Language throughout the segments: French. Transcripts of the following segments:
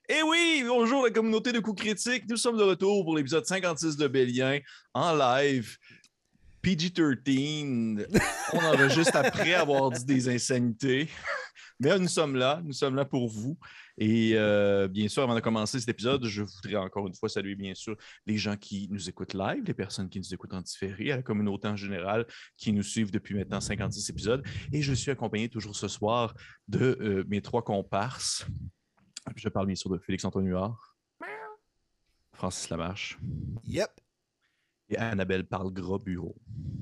Et oui, bonjour la communauté de coups critiques. Nous sommes de retour pour l'épisode 56 de Bélien en live. PG-13. On enregistre après avoir dit des insanités. Mais nous sommes là pour vous. Et bien sûr, avant de commencer cet épisode, je voudrais encore une fois saluer bien sûr les gens qui nous écoutent live, les personnes qui nous écoutent en différé, à la communauté en général qui nous suivent depuis maintenant 56 épisodes. Et je suis accompagné toujours ce soir de mes trois comparses. Je parle bien sûr de Félix-Antoine Huard, Francis Lamarche Yep. et Annabelle Parle-Gras Bureau.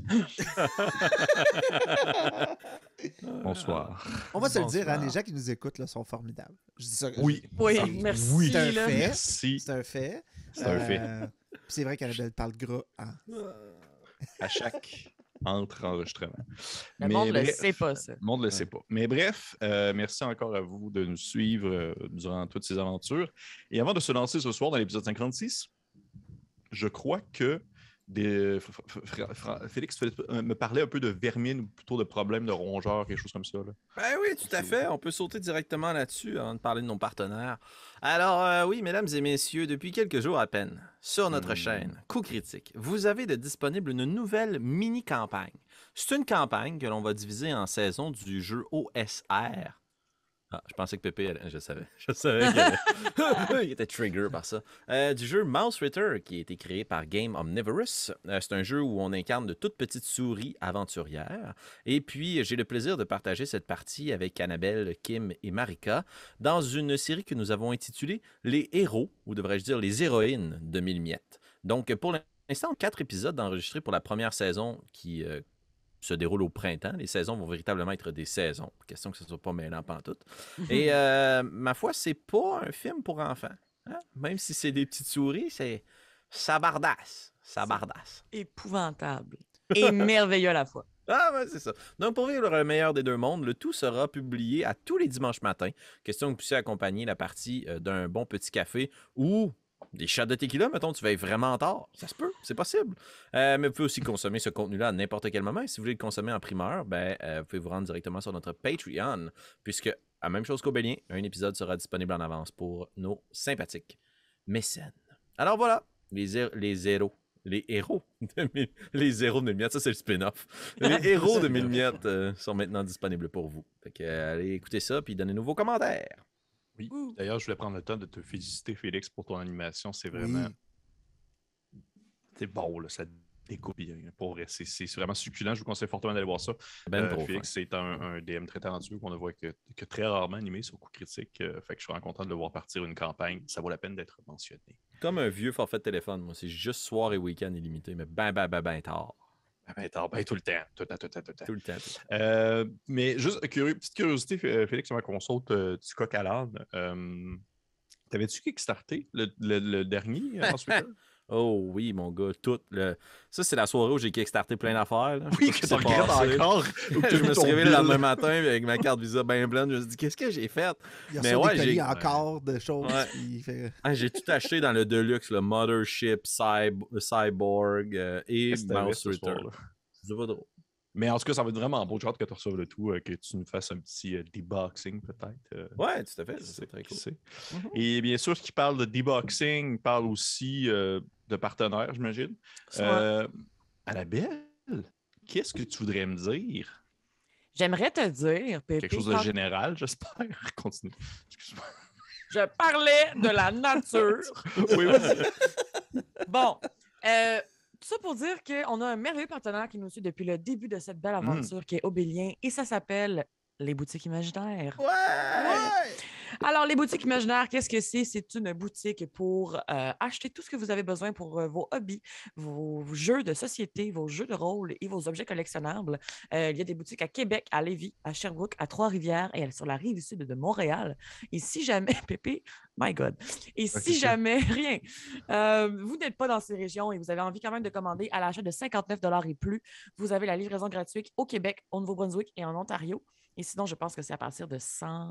Bonsoir. On va se le dire, hein, les gens qui nous écoutent là, sont formidables. Je dis ça. Oui. Oui, Ah, merci. oui. C'est un là. fait. Merci. C'est un fait. C'est un fait. Puis c'est vrai qu'Annabelle parle gras. Hein. À chaque enregistrement. Le monde ne le sait pas, ça. Le monde ne le sait pas. Mais bref, merci encore à vous de nous suivre durant toutes ces aventures. Et avant de se lancer ce soir dans l'épisode 56, je crois que Félix me parlait un peu de vermine ou plutôt de problèmes de rongeurs, quelque chose comme ça. Là. Ben oui, tout à fait. On peut sauter directement là-dessus avant de parler de nos partenaires. Alors, oui, mesdames et messieurs, depuis quelques jours à peine, sur notre chaîne Coup Critique, vous avez de disponible une nouvelle mini-campagne. C'est une campagne que l'on va diviser en saisons du jeu OSR. Ah, je pensais que Pépé, je savais qu'il était trigger par ça. Du jeu Mouse Ritter, qui a été créé par Game Omnivorous. C'est un jeu où on incarne de toutes petites souris aventurières. Et puis, j'ai le plaisir de partager cette partie avec Annabelle, Kim et Marika dans une série que nous avons intitulée Les héros, ou devrais-je dire les héroïnes de Mille Miettes. Donc, pour l'instant, 4 épisodes enregistrés pour la première saison qui se déroule au printemps. Les saisons vont véritablement être des saisons. Question que ce ne soit pas mêlant pantoute. Et ma foi, c'est pas un film pour enfants. Hein? Même si c'est des petites souris, c'est sabardasse. Sabardasse. Épouvantable. Et merveilleux à la fois. Ah ouais, c'est ça. Donc, pour vivre le meilleur des deux mondes, le tout sera publié à tous les dimanches matins. Question que vous puissiez accompagner la partie d'un bon petit café ou des shots de tequila, mettons, tu vas être vraiment tard. Ça se peut, c'est possible. Mais vous pouvez aussi consommer ce contenu-là à n'importe quel moment. Et si vous voulez le consommer en primeur, vous pouvez vous rendre directement sur notre Patreon, puisque, à même chose qu'au Bélien, un épisode sera disponible en avance pour nos sympathiques mécènes. Alors voilà, les héros. Les héros de Mille Miettes, ça c'est le spin-off. Les héros de Mille Miettes sont maintenant disponibles pour vous. Fait que, allez écouter ça, puis donnez-nous vos commentaires. Oui. D'ailleurs, je voulais prendre le temps de te féliciter, Félix, pour ton animation. C'est vraiment... Oui. C'est bon, là, ça découpe bien. Pour vrai, c'est vraiment succulent. Je vous conseille fortement d'aller voir ça. Félix, c'est un DM très talentueux qu'on ne voit que très rarement animé sur Coup Critique. Fait que je suis vraiment content de le voir partir une campagne. Ça vaut la peine d'être mentionné. Comme un vieux forfait de téléphone, moi. C'est juste soir et week-end illimité, mais ben tard. Tout le temps. Tout le temps. Mais juste petite curiosité, Félix, avant qu'on saute du coq à l'âne, t'avais-tu kickstarté le dernier ensuite? Oh oui, mon gars, ça, c'est la soirée où j'ai kickstarté plein d'affaires. Là. Oui, que tu regrettes encore. Je me suis réveillé le lendemain matin avec ma carte Visa bien pleine. Je me suis dit, qu'est-ce que j'ai fait? Il y a des colis encore de choses. Ouais. J'ai tout acheté dans le Deluxe, le Mothership, Cyborg et Mouse Ritter. C'est pas drôle. Mais en tout cas, ça va être vraiment beau. J'ai hâte que tu reçoives le tout, que tu nous fasses un petit deboxing peut-être. Ouais, tout à fait. C'est très cool. Et bien sûr, ce qui parle de deboxing parle aussi de partenaires, j'imagine. Annabelle, qu'est-ce que tu voudrais me dire? J'aimerais te dire, Pépé... Quelque chose de général, j'espère. Continue. Excuse-moi. Je parlais de la nature. Oui, vas-y. Bon, tout ça pour dire qu'on a un merveilleux partenaire qui nous suit depuis le début de cette belle aventure qui est Obélien et ça s'appelle les boutiques imaginaires. Ouais! Alors, les boutiques imaginaires, qu'est-ce que c'est? C'est une boutique pour acheter tout ce que vous avez besoin pour vos hobbies, vos jeux de société, vos jeux de rôle et vos objets collectionnables. Il y a des boutiques à Québec, à Lévis, à Sherbrooke, à Trois-Rivières et sur la rive sud de Montréal. Et si jamais, Pépé, my God, et si jamais, rien, vous n'êtes pas dans ces régions et vous avez envie quand même de commander à l'achat de 59 $ et plus, vous avez la livraison gratuite au Québec, au Nouveau-Brunswick et en Ontario. Et sinon, je pense que c'est à partir de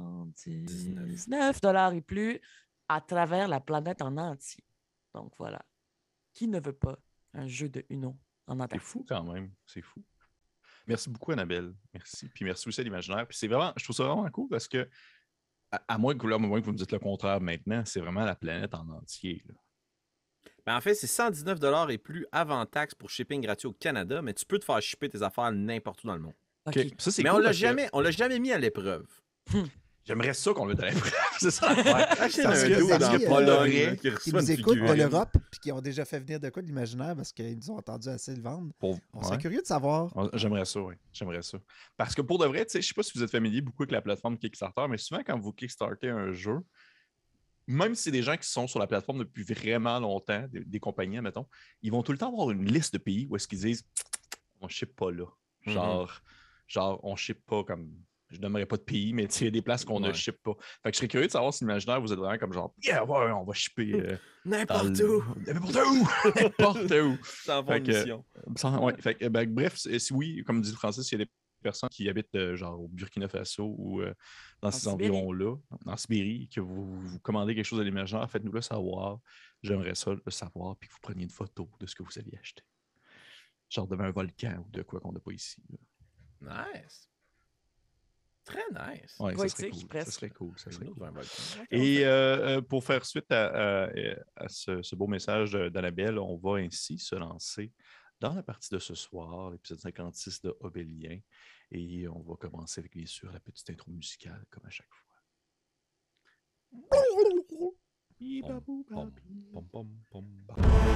119 $ et plus à travers la planète en entier. Donc voilà. Qui ne veut pas un jeu de Uno en entier? C'est fou quand même. C'est fou. Merci beaucoup, Annabelle. Merci. Puis merci aussi à l'imaginaire. Puis c'est vraiment, je trouve ça vraiment cool parce que à moins que vous me dites le contraire maintenant, c'est vraiment la planète en entier. Là. Ben, en fait, c'est 119 $ et plus avant taxe pour shipping gratuit au Canada, mais tu peux te faire shipper tes affaires n'importe où dans le monde. OK. OK. Ça, c'est Mais cool on l'a jamais mis à l'épreuve. J'aimerais ça qu'on le mette à l'épreuve. C'est ça l'affaire. Achète Parce un que dude les dans amis, Pologne euh, qui Qui reçoit nous une écoutent de figurine. l'Europe puis qui ont déjà fait venir de quoi de l'imaginaire parce qu'ils nous ont entendu assez le vendre. On serait Ouais. curieux de savoir. J'aimerais ça, oui. J'aimerais ça. Parce que pour de vrai, tu sais, je ne sais pas si vous êtes familier beaucoup avec la plateforme Kickstarter, mais souvent, quand vous kickstartez un jeu, même si c'est des gens qui sont sur la plateforme depuis vraiment longtemps, des compagnies, mettons, ils vont tout le temps avoir une liste de pays où est-ce qu'ils disent on ne ship pas là. Genre, on ne ship pas comme. Je ne nommerai pas de pays, mais il y a des places qu'on ne ship pas. Fait que je serais curieux de savoir si l'imaginaire, vous êtes vraiment comme genre, yeah, ouais, on va shipper. N'importe où. N'importe où. N'importe où. Sans Fait que, mission. ouais, fait que, bref, si oui, comme dit Francis, il y a des personnes qui habitent genre au Burkina Faso ou dans ces environs-là, en Sibérie, que vous commandez quelque chose à l'imaginaire, faites-nous le savoir. J'aimerais ça le savoir, puis que vous preniez une photo de ce que vous aviez acheté. Genre devant un volcan ou de quoi qu'on n'a pas ici. Là. Nice. Très nice. Ouais, ça serait Poétique, cool. presque. Ça serait cool. Ça serait cool. Dans un volcan. Et pour faire suite à ce beau message d'Annabelle, on va ainsi se lancer dans la partie de ce soir, l'épisode 56 de Obélien. Et on va commencer avec, bien sûr, la petite intro musicale, comme à chaque fois. Pom, pom, pom, pom.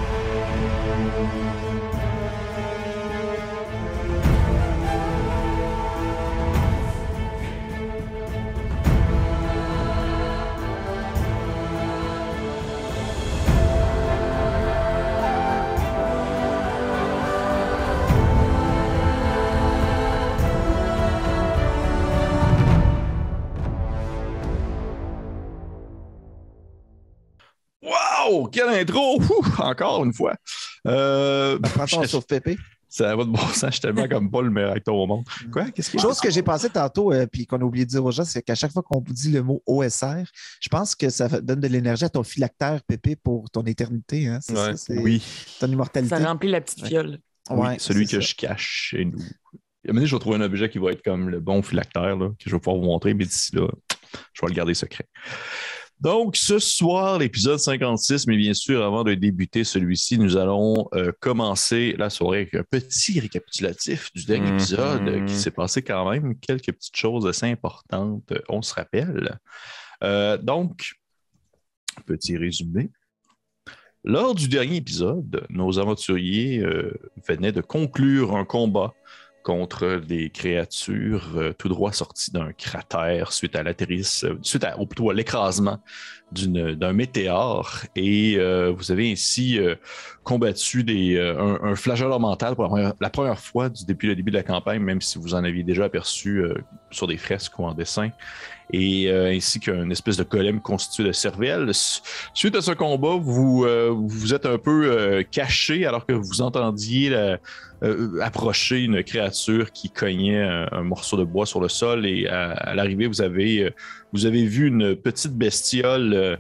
Wow! Quelle intro! Encore une fois. Prends ton sauve pépé. Ça va de bon sens, je suis tellement comme pas le meilleur acteur au monde. Quoi? Qu'est-ce qu'il y a? Chose que j'ai pensé tantôt, puis qu'on a oublié de dire aux gens, c'est qu'à chaque fois qu'on vous dit le mot OSR, je pense que ça donne de l'énergie à ton phylactère, Pépé, pour ton éternité. Hein? C'est ça, c'est Oui. ton immortalité. Ça remplit la petite fiole. Oui, Ouais, celui c'est que ça. je cache chez nous. À un moment donné, je vais trouver un objet qui va être comme le bon phylactère, là, que je vais pouvoir vous montrer, mais d'ici là, je vais le garder secret. Donc, ce soir, l'épisode 56, mais bien sûr, avant de débuter celui-ci, nous allons commencer la soirée avec un petit récapitulatif du dernier épisode qui s'est passé quand même quelques petites choses assez importantes, on se rappelle. Donc, petit résumé. Lors du dernier épisode, nos aventuriers venaient de conclure un combat contre des créatures tout droit sorties d'un cratère suite à plutôt à l'écrasement d'un météore. Et vous avez ainsi combattu un flagelleur mental pour la première fois depuis le début de la campagne, même si vous en aviez déjà aperçu sur des fresques ou en dessin. Et ainsi qu'une espèce de golem constitué de cervelle. Suite à ce combat, vous êtes un peu caché alors que vous entendiez approcher une créature qui cognait un morceau de bois sur le sol. Et à l'arrivée, vous avez vu une petite bestiole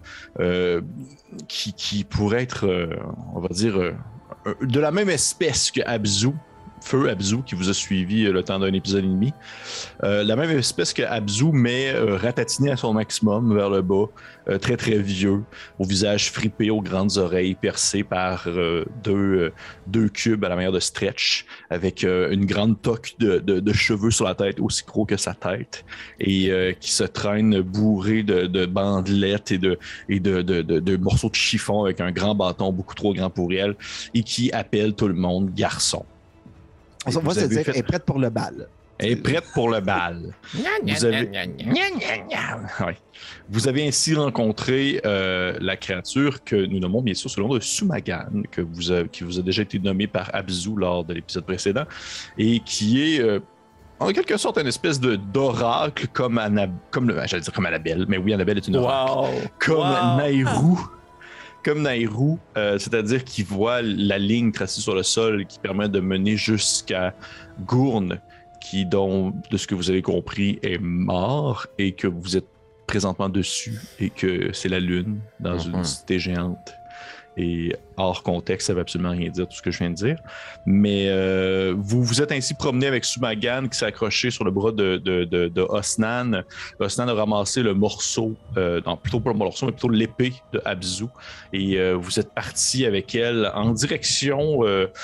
qui pourrait être, on va dire, de la même espèce que Abzu. Feu Abzu, qui vous a suivi le temps d'un épisode et demi. La même espèce que Abzu, mais ratatiné à son maximum vers le bas, très très vieux, au visage fripé, aux grandes oreilles percées par deux cubes à la manière de Stretch, avec une grande toque de cheveux sur la tête, aussi gros que sa tête, et qui se traîne bourré de bandelettes et de morceaux de chiffon avec un grand bâton beaucoup trop grand pour elle, et qui appelle tout le monde garçon. On va se dire, elle est prête pour le bal. Elle est prête pour le bal. Vous avez ainsi rencontré la créature que nous nommons bien sûr sous le nom de Sumagan, qui vous a déjà été nommé par Abzu lors de l'épisode précédent, et qui est en quelque sorte une espèce d'oracle comme j'allais dire comme Annabelle, mais oui, Annabelle est une oracle. Comme Nairou. Comme Nairou, c'est-à-dire qu'il voit la ligne tracée sur le sol qui permet de mener jusqu'à Gourne, qui, de ce que vous avez compris, est mort et que vous êtes présentement dessus et que c'est la lune dans une cité géante et hors contexte, ça ne veut absolument rien dire, tout ce que je viens de dire. Mais vous vous êtes ainsi promené avec Sumagan qui s'est accroché sur le bras de Osnan. Osnan a ramassé le morceau, plutôt pas le morceau, mais plutôt l'épée de Abzu. Et vous êtes parti avec elle en direction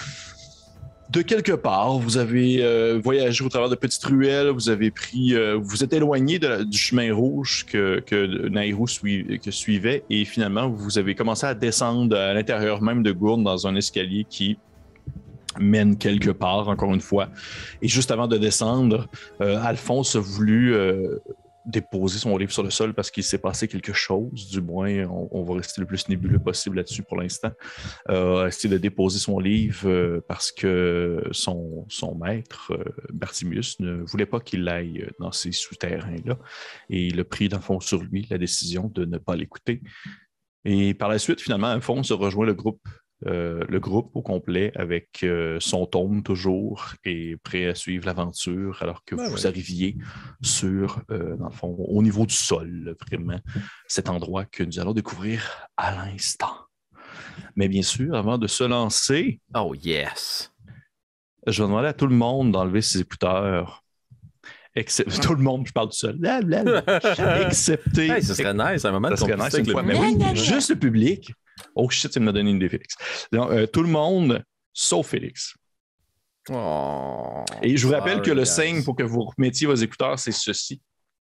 de quelque part. Vous avez voyagé au travers de petites ruelles, vous avez pris, vous êtes éloigné du chemin rouge que Nairou suivait, et finalement vous avez commencé à descendre à l'intérieur même de Gourne dans un escalier qui mène quelque part, encore une fois. Et juste avant de descendre, Alphonse a voulu déposer son livre sur le sol parce qu'il s'est passé quelque chose, du moins on va rester le plus nébuleux possible là-dessus pour l'instant. Essayer de déposer son livre parce que son maître, Bartimius, ne voulait pas qu'il aille dans ces souterrains-là, et il a pris dans le fond sur lui la décision de ne pas l'écouter. Et par la suite, finalement, Alphonse a rejoint le groupe au complet avec son tome toujours, et prêt à suivre l'aventure alors que vous arriviez sur, dans le fond, au niveau du sol, vraiment, cet endroit que nous allons découvrir à l'instant. Mais bien sûr, avant de se lancer... Oh yes! Je vais demander à tout le monde d'enlever ses écouteurs. Tout le monde, je parle tout seul. Excepté... Hey, ce serait nice, un moment de complicité avec le mais oui, juste le public. Oh shit, il m'a donné une idée, Félix. Donc, tout le monde, sauf Félix. Oh, et je vous rappelle que le signe pour que vous remettiez vos écouteurs, c'est ceci.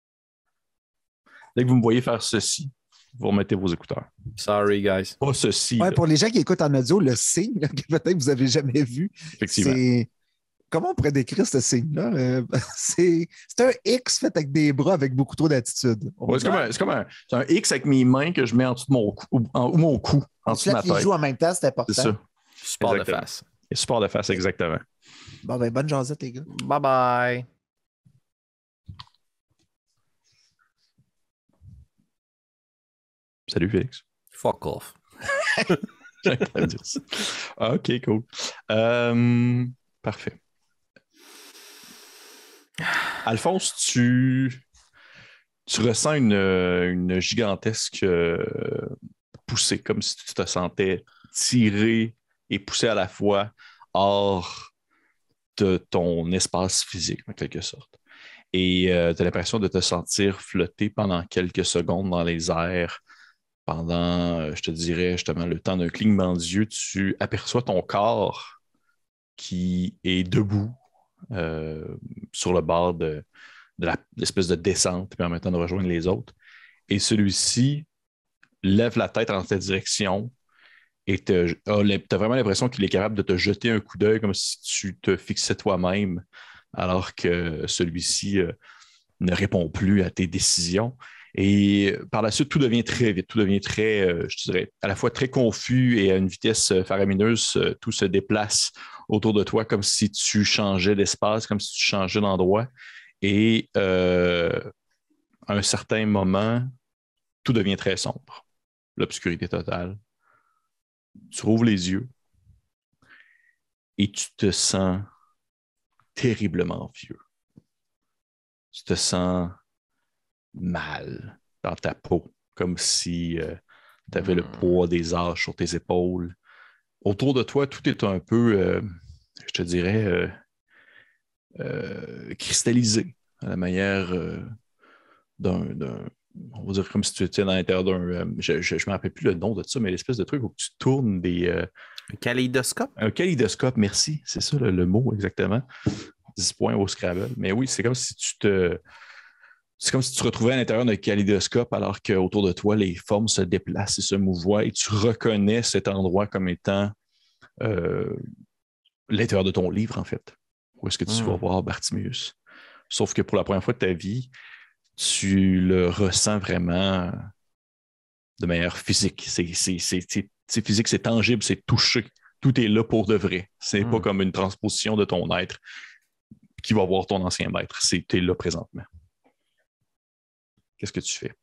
Dès que vous me voyez faire ceci, vous remettez vos écouteurs. Sorry, guys. Pas ceci. Ouais, pour les gens qui écoutent en audio, le signe là, que peut-être vous n'avez jamais vu, c'est... Comment on pourrait décrire ce signe-là? C'est un X fait avec des bras avec beaucoup trop d'attitude. Ouais, c'est comme un X avec mes mains que je mets en dessous de mon cou, en dessous de ma tête. Les joues en même temps, c'est important. C'est ça. Support de face. Et support de face, exactement. Bon, ben, bonne jasette, les gars. Bye bye. Salut, Félix. Fuck off. J'arrête pas de dire ça. OK, cool. Parfait. Alphonse, tu ressens une gigantesque poussée, comme si tu te sentais tiré et poussé à la fois hors de ton espace physique, en quelque sorte. Et tu as l'impression de te sentir flotter pendant quelques secondes dans les airs. Pendant, je te dirais, justement, le temps d'un clignement d'yeux, tu aperçois ton corps qui est debout sur le bord de l'espèce de descente, puis en même temps de rejoindre les autres. Et celui-ci lève la tête en ta direction et t'as vraiment l'impression qu'il est capable de te jeter un coup d'œil comme si tu te fixais toi-même, alors que celui-ci ne répond plus à tes décisions. Et par la suite, tout devient très vite, tout devient très, je dirais, à la fois très confus et à une vitesse faramineuse. Tout se déplace autour de toi comme si tu changeais d'espace, comme si tu changeais d'endroit. Et à un certain moment, tout devient très sombre. L'obscurité totale. Tu rouvres les yeux et tu te sens terriblement vieux. Tu te sens mal dans ta peau, comme si tu avais le poids des âges sur tes épaules. Autour de toi, tout est un peu, je te dirais, cristallisé à la manière on va dire comme si tu étais dans l'intérieur d'un... je ne me rappelle plus le nom de ça, mais l'espèce de truc où tu tournes des... Un kaléidoscope? Un kaléidoscope, merci. C'est ça le mot exactement. 10 points au Scrabble. Mais oui, c'est comme si tu te retrouvais à l'intérieur d'un kaléidoscope alors qu'autour de toi, les formes se déplacent et se mouvoient et tu reconnais cet endroit comme étant l'intérieur de ton livre, en fait. Où est-ce que tu vas voir Bartimius? Sauf que pour la première fois de ta vie, tu le ressens vraiment de manière physique. C'est physique, c'est tangible, c'est touché. Tout est là pour de vrai. C'est pas comme une transposition de ton être qui va voir ton ancien maître. T'es là présentement. Qu'est-ce que tu fais?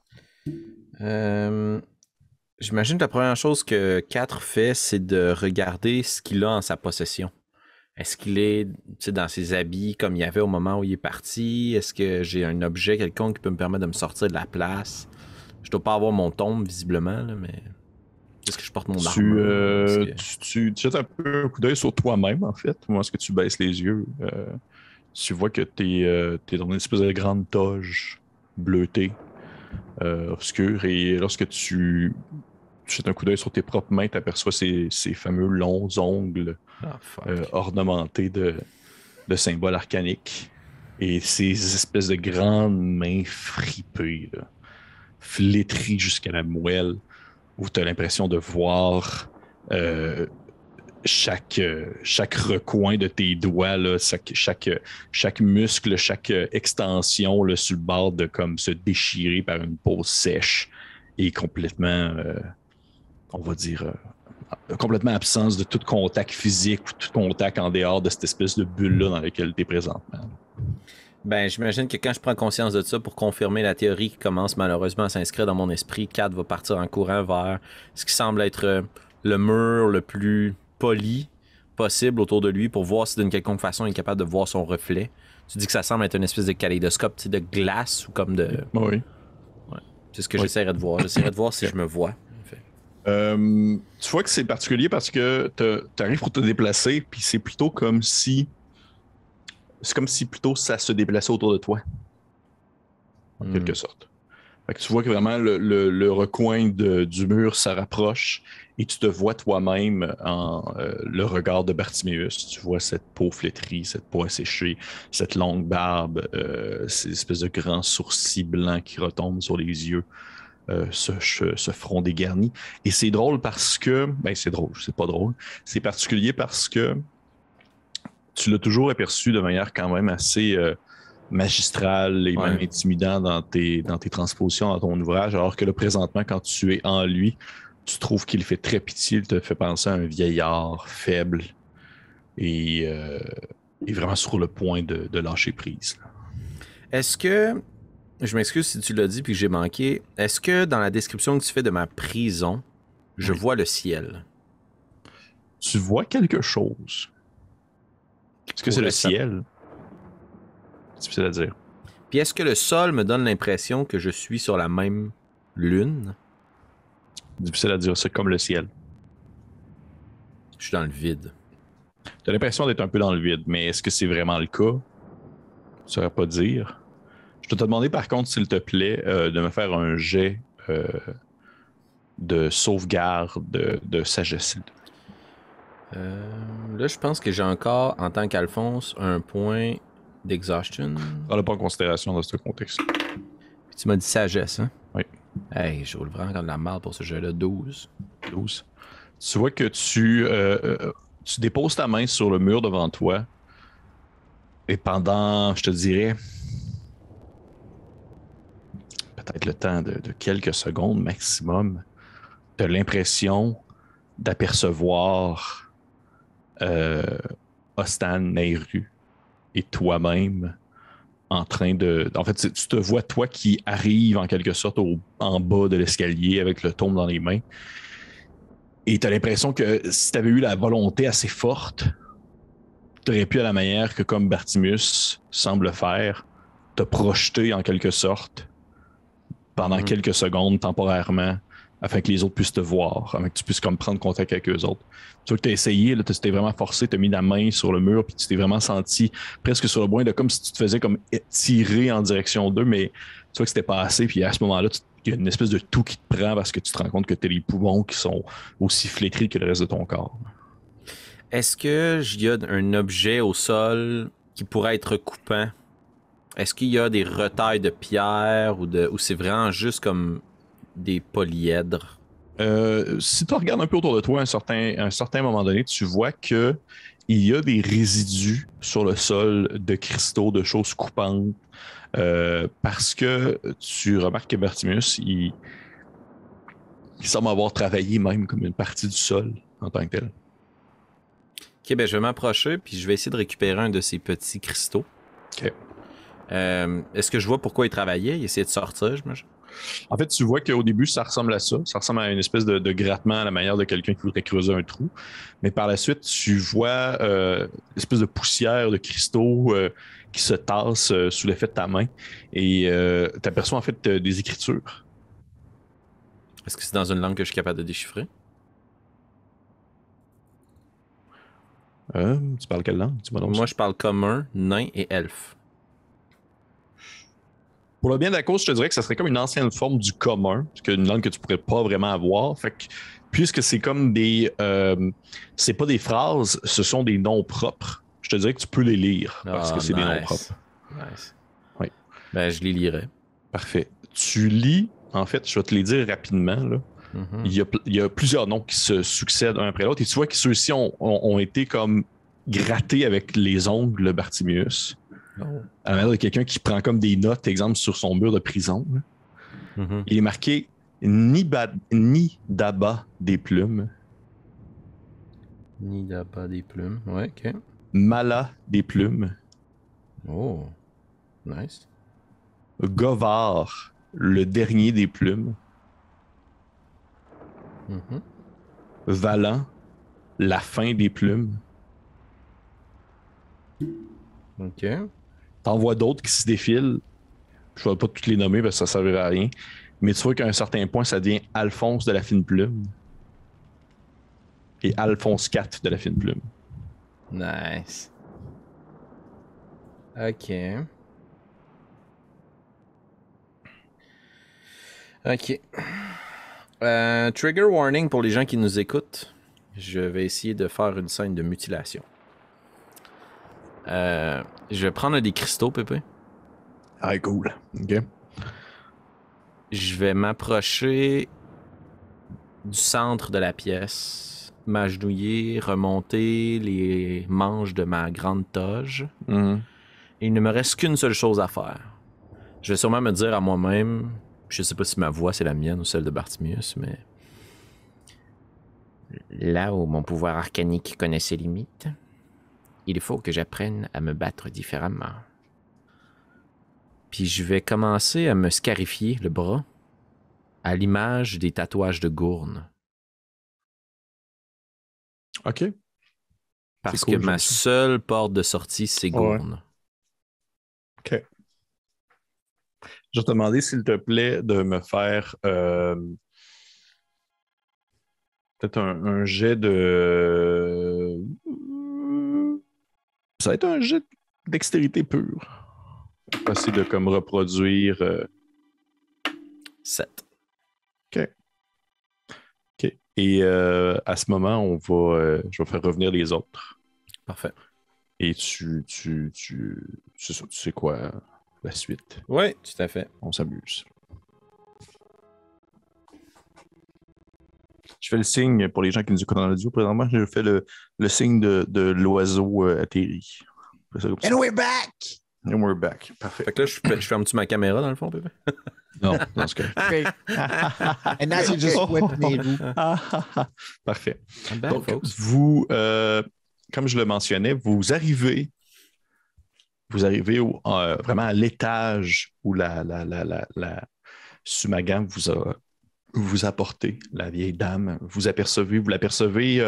J'imagine que la première chose que 4 fait, c'est de regarder ce qu'il a en sa possession. Est-ce qu'il est dans ses habits comme il y avait au moment où il est parti? Est-ce que j'ai un objet quelconque qui peut me permettre de me sortir de la place? Je dois pas avoir mon tombe, visiblement, là, mais... Est-ce que je porte mon arme? Que... Tu jettes un peu un coup d'œil sur toi-même, en fait. Moi, est-ce que tu baisses les yeux? Tu vois que t'es dans une espèce de grande toge bleutée, obscure, et lorsque tu jettes un coup d'œil sur tes propres mains, tu aperçois ces fameux longs ongles ornementés de symboles arcaniques. Et ces espèces de grandes mains fripées, là, flétries jusqu'à la moelle, où tu as l'impression de voir chaque recoin de tes doigts, là, chaque muscle, chaque extension là, sur le bord de comme se déchirer par une peau sèche et complètement, on va dire, complètement absence de tout contact physique ou tout contact en dehors de cette espèce de bulle-là dans laquelle tu es présentement. Ben, j'imagine que quand je prends conscience de ça pour confirmer la théorie qui commence malheureusement à s'inscrire dans mon esprit, Kat va partir en courant vers ce qui semble être le mur le plus poli possible autour de lui pour voir si d'une quelconque façon il est capable de voir son reflet. Tu dis que ça semble être une espèce de kaléidoscope, tu sais, de glace ou comme de... Oui. Ouais. C'est ce que j'essaierais de voir. J'essaierais de voir si je me vois. Tu vois que c'est particulier parce que tu arrives pour te déplacer, puis c'est plutôt comme si... C'est comme si plutôt ça se déplaçait autour de toi. En quelque sorte. Fait que tu vois que vraiment le recoin du mur se rapproche et tu te vois toi-même en le regard de Bartiméus. Tu vois cette peau flétrie, cette peau asséchée, cette longue barbe, ces espèces de grands sourcils blancs qui retombent sur les yeux, ce front dégarni. Et c'est drôle parce que... Ben, c'est drôle, c'est pas drôle. C'est particulier parce que tu l'as toujours aperçu de manière quand même assez magistrale et même intimidant dans tes transpositions dans ton ouvrage, alors que là, présentement, quand tu es en lui, tu trouves qu'il fait très pitié, il te fait penser à un vieillard faible et vraiment sur le point de lâcher prise. Est-ce que, je m'excuse si tu l'as dit puis que j'ai manqué, est-ce que dans la description que tu fais de ma prison, je vois le ciel? Tu vois quelque chose. Est-ce que c'est le ciel? C'est difficile à dire. Puis est-ce que le sol me donne l'impression que je suis sur la même lune? Difficile à dire, c'est comme le ciel. Je suis dans le vide. Tu as l'impression d'être un peu dans le vide, mais est-ce que c'est vraiment le cas? Je ne saurais pas dire. Je vais te demander par contre, s'il te plaît, de me faire un jet de sauvegarde de sagesse. Là, je pense que j'ai encore, en tant qu'Alphonse, un point d'exhaustion. Prends-le pas en considération dans ce contexte. Puis tu m'as dit sagesse, hein? Oui. Hey, je roule vraiment comme de la merde pour ce jeu-là. 12. 12. Tu vois que tu déposes ta main sur le mur devant toi et pendant, je te dirais, peut-être le temps de quelques secondes maximum, tu as l'impression d'apercevoir Ostan Nehru et toi-même en train de... En fait, tu te vois, toi, qui arrive en quelque sorte en bas de l'escalier avec le tome dans les mains. Et tu as l'impression que si tu avais eu la volonté assez forte, tu aurais pu, à la manière que comme Bartiméus semble faire, te projeter en quelque sorte pendant quelques secondes temporairement afin que les autres puissent te voir, afin que tu puisses comme prendre contact avec eux autres. Tu vois que tu as essayé, tu t'es vraiment forcé, tu as mis la main sur le mur, puis tu t'es vraiment senti presque sur le point de comme si tu te faisais comme tirer en direction d'eux, mais tu vois que c'était pas assez, puis à ce moment-là, il y a une espèce de tout qui te prend parce que tu te rends compte que tu as les poumons qui sont aussi flétris que le reste de ton corps. Est-ce qu'il y a un objet au sol qui pourrait être coupant? Est-ce qu'il y a des retailles de pierre ou c'est vraiment juste comme des polyèdres? Si tu regardes un peu autour de toi à un certain moment donné, tu vois que il y a des résidus sur le sol de cristaux, de choses coupantes, parce que tu remarques que Bartiméus, il semble avoir travaillé même comme une partie du sol en tant que tel. Ok, ben je vais m'approcher puis je vais essayer de récupérer un de ces petits cristaux. Ok. Est-ce que je vois pourquoi il travaillait? Il essayait de sortir, j'imagine. En fait, tu vois qu'au début, ça ressemble à ça. Ça ressemble à une espèce de grattement à la manière de quelqu'un qui voudrait creuser un trou. Mais par la suite, tu vois une espèce de poussière, de cristaux qui se tassent sous l'effet de ta main. Et tu aperçois en fait des écritures. Est-ce que c'est dans une langue que je suis capable de déchiffrer? Tu parles quelle langue? Moi, je parle commun, nain et elfe. Pour le bien de la cause, je te dirais que ça serait comme une ancienne forme du commun, une langue que tu pourrais pas vraiment avoir. Fait que, puisque c'est comme des... c'est pas des phrases, ce sont des noms propres. Je te dirais que tu peux les lire parce que c'est des noms propres. Nice. Oui. Ben, je les lirai. Parfait. Tu lis, en fait, je vais te les dire rapidement, là. Mm-hmm. Il y a plusieurs noms qui se succèdent un après l'autre et tu vois que ceux-ci ont été comme grattés avec les ongles de Bartimius. Oh. À la manière de quelqu'un qui prend comme des notes, exemple, sur son mur de prison. Mm-hmm. Il est marqué Nidaba des plumes. Nidaba des plumes, ouais, ok. Mala des plumes. Oh, nice. Govar, le dernier des plumes. Mm-hmm. Valant, la fin des plumes. Ok. T'en vois d'autres qui se défilent. Je ne vais pas toutes les nommer parce que ça ne servirait à rien. Mais tu vois qu'à un certain point, ça devient Alphonse de la fine plume. Et Alphonse IV de la fine plume. Nice. Ok. Ok. Trigger warning pour les gens qui nous écoutent. Je vais essayer de faire une scène de mutilation. Je vais prendre des cristaux, Pépé. Ah, cool. OK. Je vais m'approcher du centre de la pièce, m'agenouiller, remonter les manches de ma grande toge. Mm-hmm. Et il ne me reste qu'une seule chose à faire. Je vais sûrement me dire à moi-même, je sais pas si ma voix c'est la mienne ou celle de Bartimius, mais là où mon pouvoir arcanique connaît ses limites, il faut que j'apprenne à me battre différemment. Puis je vais commencer à me scarifier le bras à l'image des tatouages de Gourne. OK. Parce cool, que ma seule porte de sortie, c'est Gourne. OK. Je vais te demander, s'il te plaît, de me faire peut-être un jet de... Ça va être un jet de dextérité pure. On va essayer de comme reproduire... 7. OK. OK. Et à ce moment, je vais faire revenir les autres. Parfait. Et tu sais quoi, la suite. Oui, tout à fait. On s'amuse. Je fais le signe, pour les gens qui nous écoutent dans l'audio, présentement, je fais le signe de l'oiseau atterri. And we're back! And we're back. Parfait. Fait que là, je ferme-tu ma caméra dans le fond, Pépé? Non, dans ce cas. And now you just whip mes roues. Parfait. Back, donc, folks. vous, comme je le mentionnais, vous arrivez vraiment à l'étage où la Sumagan vous a porté, la vieille dame. Vous l'apercevez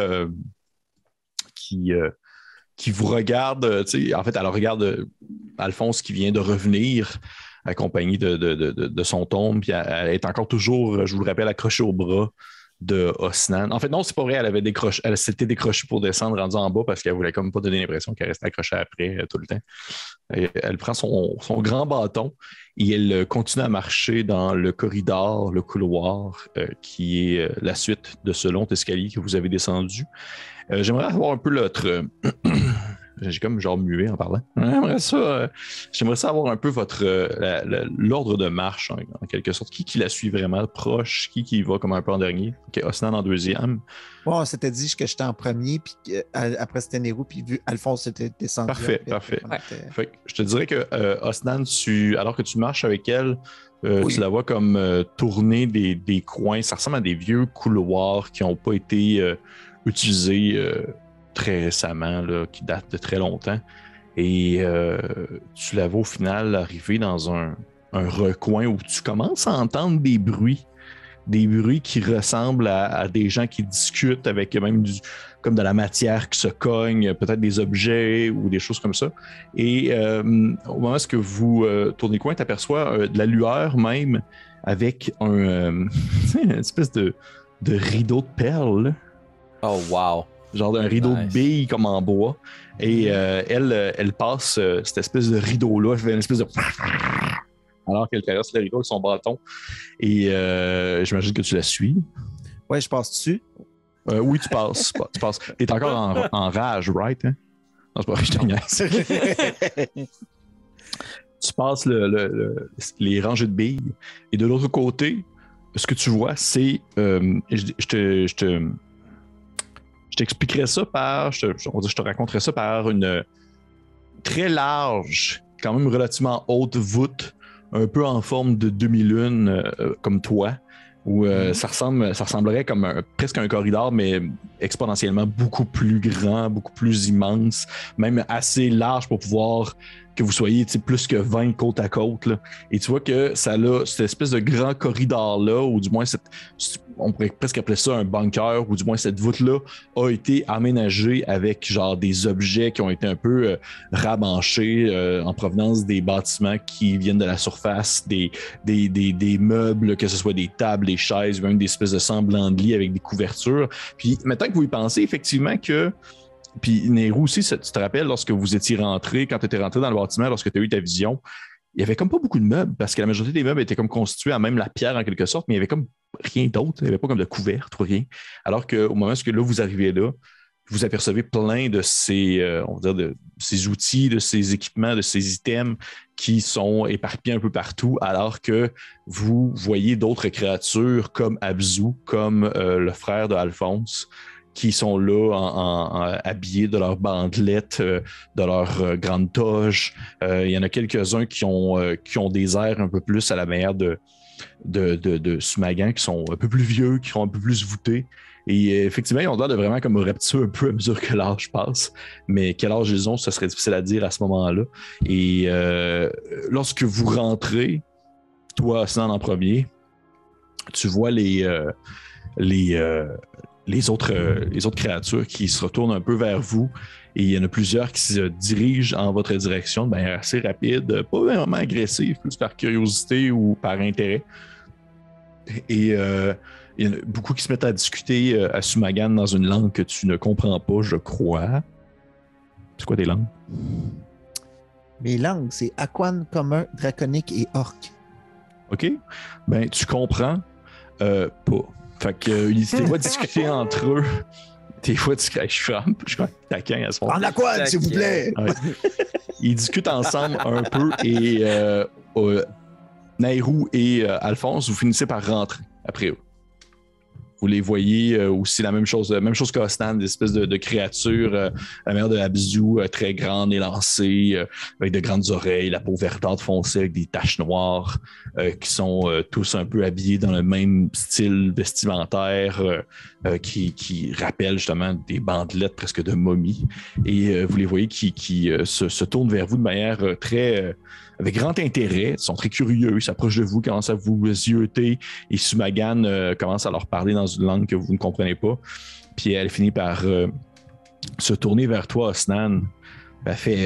qui vous regarde. En fait, elle regarde Alphonse qui vient de revenir accompagné de son tombe. Puis elle est encore toujours, je vous le rappelle, accrochée au bras de Osnan. En fait, non, c'est pas vrai. Elle s'était décrochée pour descendre rendue en bas parce qu'elle voulait comme pas donner l'impression qu'elle restait accrochée après tout le temps. Et elle prend son grand bâton et elle continue à marcher dans le corridor, le couloir qui est la suite de ce long escalier que vous avez descendu. J'aimerais avoir un peu l'autre... J'ai comme genre muet en parlant. J'aimerais ça avoir un peu l'ordre de marche, en quelque sorte. Qui la suit vraiment proche? Qui va comme un peu en dernier? OK, Osnan en deuxième. Bon, on s'était dit que j'étais en premier, puis après c'était Nero, puis vu Alphonse était descendu. Parfait. Fait que je te dirais que Osnan, alors que tu marches avec elle, tu la vois comme tourner des coins. Ça ressemble à des vieux couloirs qui n'ont pas été utilisés très récemment, là, qui datent de très longtemps. Et tu la vois au final arriver dans un recoin où tu commences à entendre des bruits qui ressemblent à des gens qui discutent avec même comme de la matière qui se cogne, peut-être des objets ou des choses comme ça. Et au moment où vous tournez le coin, tu aperçois de la lueur même avec une espèce de rideau de perles. Oh, wow! genre d'un rideau de billes comme en bois. Et elle passe cette espèce de rideau-là, elle fait une espèce de... alors qu'elle traverse le rideau avec son bâton. Et j'imagine que tu la suis. Ouais, je passe dessus. Oui, tu passes. Tu es encore en rage, right? Hein? Non, c'est pas vrai, je te niaise. Tu passes les rangées de billes. Et de l'autre côté, ce que tu vois, c'est... je t'expliquerais ça par... je te raconterais ça par une très large, quand même relativement haute voûte, un peu en forme de demi-lune, comme toi, où ça ressemblerait comme presque un corridor, mais exponentiellement beaucoup plus grand, beaucoup plus immense, même assez large pour pouvoir que vous soyez plus que 20 côte à côte. Là. Et tu vois que ça a cette espèce de grand corridor-là, ou du moins on pourrait presque appeler ça un bunker, ou du moins cette voûte-là a été aménagée avec genre des objets qui ont été un peu rabanchés en provenance des bâtiments qui viennent de la surface, des meubles, que ce soit des tables, des chaises, même des espèces de semblants de lits avec des couvertures. Puis maintenant que vous y pensez, effectivement que puis Nehru aussi, tu te rappelles, lorsque vous étiez rentré, quand tu étais rentré dans le bâtiment, lorsque tu as eu ta vision, il n'y avait comme pas beaucoup de meubles, parce que la majorité des meubles étaient comme constitués à même la pierre en quelque sorte, mais il n'y avait comme rien d'autre, il n'y avait pas comme de couvercle ou rien. Alors qu'au moment où là, vous arrivez là, vous apercevez plein de ces, on va dire, de ces outils, de ces équipements, de ces items qui sont éparpillés un peu partout, alors que vous voyez d'autres créatures comme Abzu, comme le frère de Alphonse, qui sont là habillés de leurs bandelettes, de leurs grandes toges. Il y en a quelques-uns qui ont des airs un peu plus à la manière de Sumagan, qui sont un peu plus vieux, qui sont un peu plus voûtés. Et effectivement, ils ont l'air de vraiment comme reptiles un peu à mesure que l'âge passe. Mais quel âge ils ont, ça serait difficile à dire à ce moment-là. Et lorsque vous rentrez, toi, Sinan en premier, tu vois les autres créatures qui se retournent un peu vers vous, et il y en a plusieurs qui se dirigent en votre direction de manière assez rapide, pas vraiment agressive, plus par curiosité ou par intérêt. Et il y en a beaucoup qui se mettent à discuter à Sumagan dans une langue que tu ne comprends pas, je crois. C'est quoi tes langues? Mes langues, c'est Aquan, commun, draconique et orc. OK. Ben, tu comprends pas. Fait qu'ils se voient discuter entre eux. Des fois, je suis taquin à ce moment. En Aquan, s'il vous plaît! Ouais. Ils discutent ensemble un peu et Nehru et Alphonse, vous finissez par rentrer après eux. Vous les voyez aussi la même chose qu'Ostan, des espèces de créatures, la mère de Abzu, très grande, élancée, avec de grandes oreilles, la peau verdâtre foncée avec des taches noires, qui sont tous un peu habillés dans le même style vestimentaire, qui rappellent justement des bandelettes presque de momies. Et vous les voyez qui se tournent vers vous de manière très... avec grand intérêt, ils sont très curieux, ils s'approchent de vous, commencent à vous zioter, et Sumagan commence à leur parler dans une langue que vous ne comprenez pas. Puis elle finit par se tourner vers toi, Osnan. Elle fait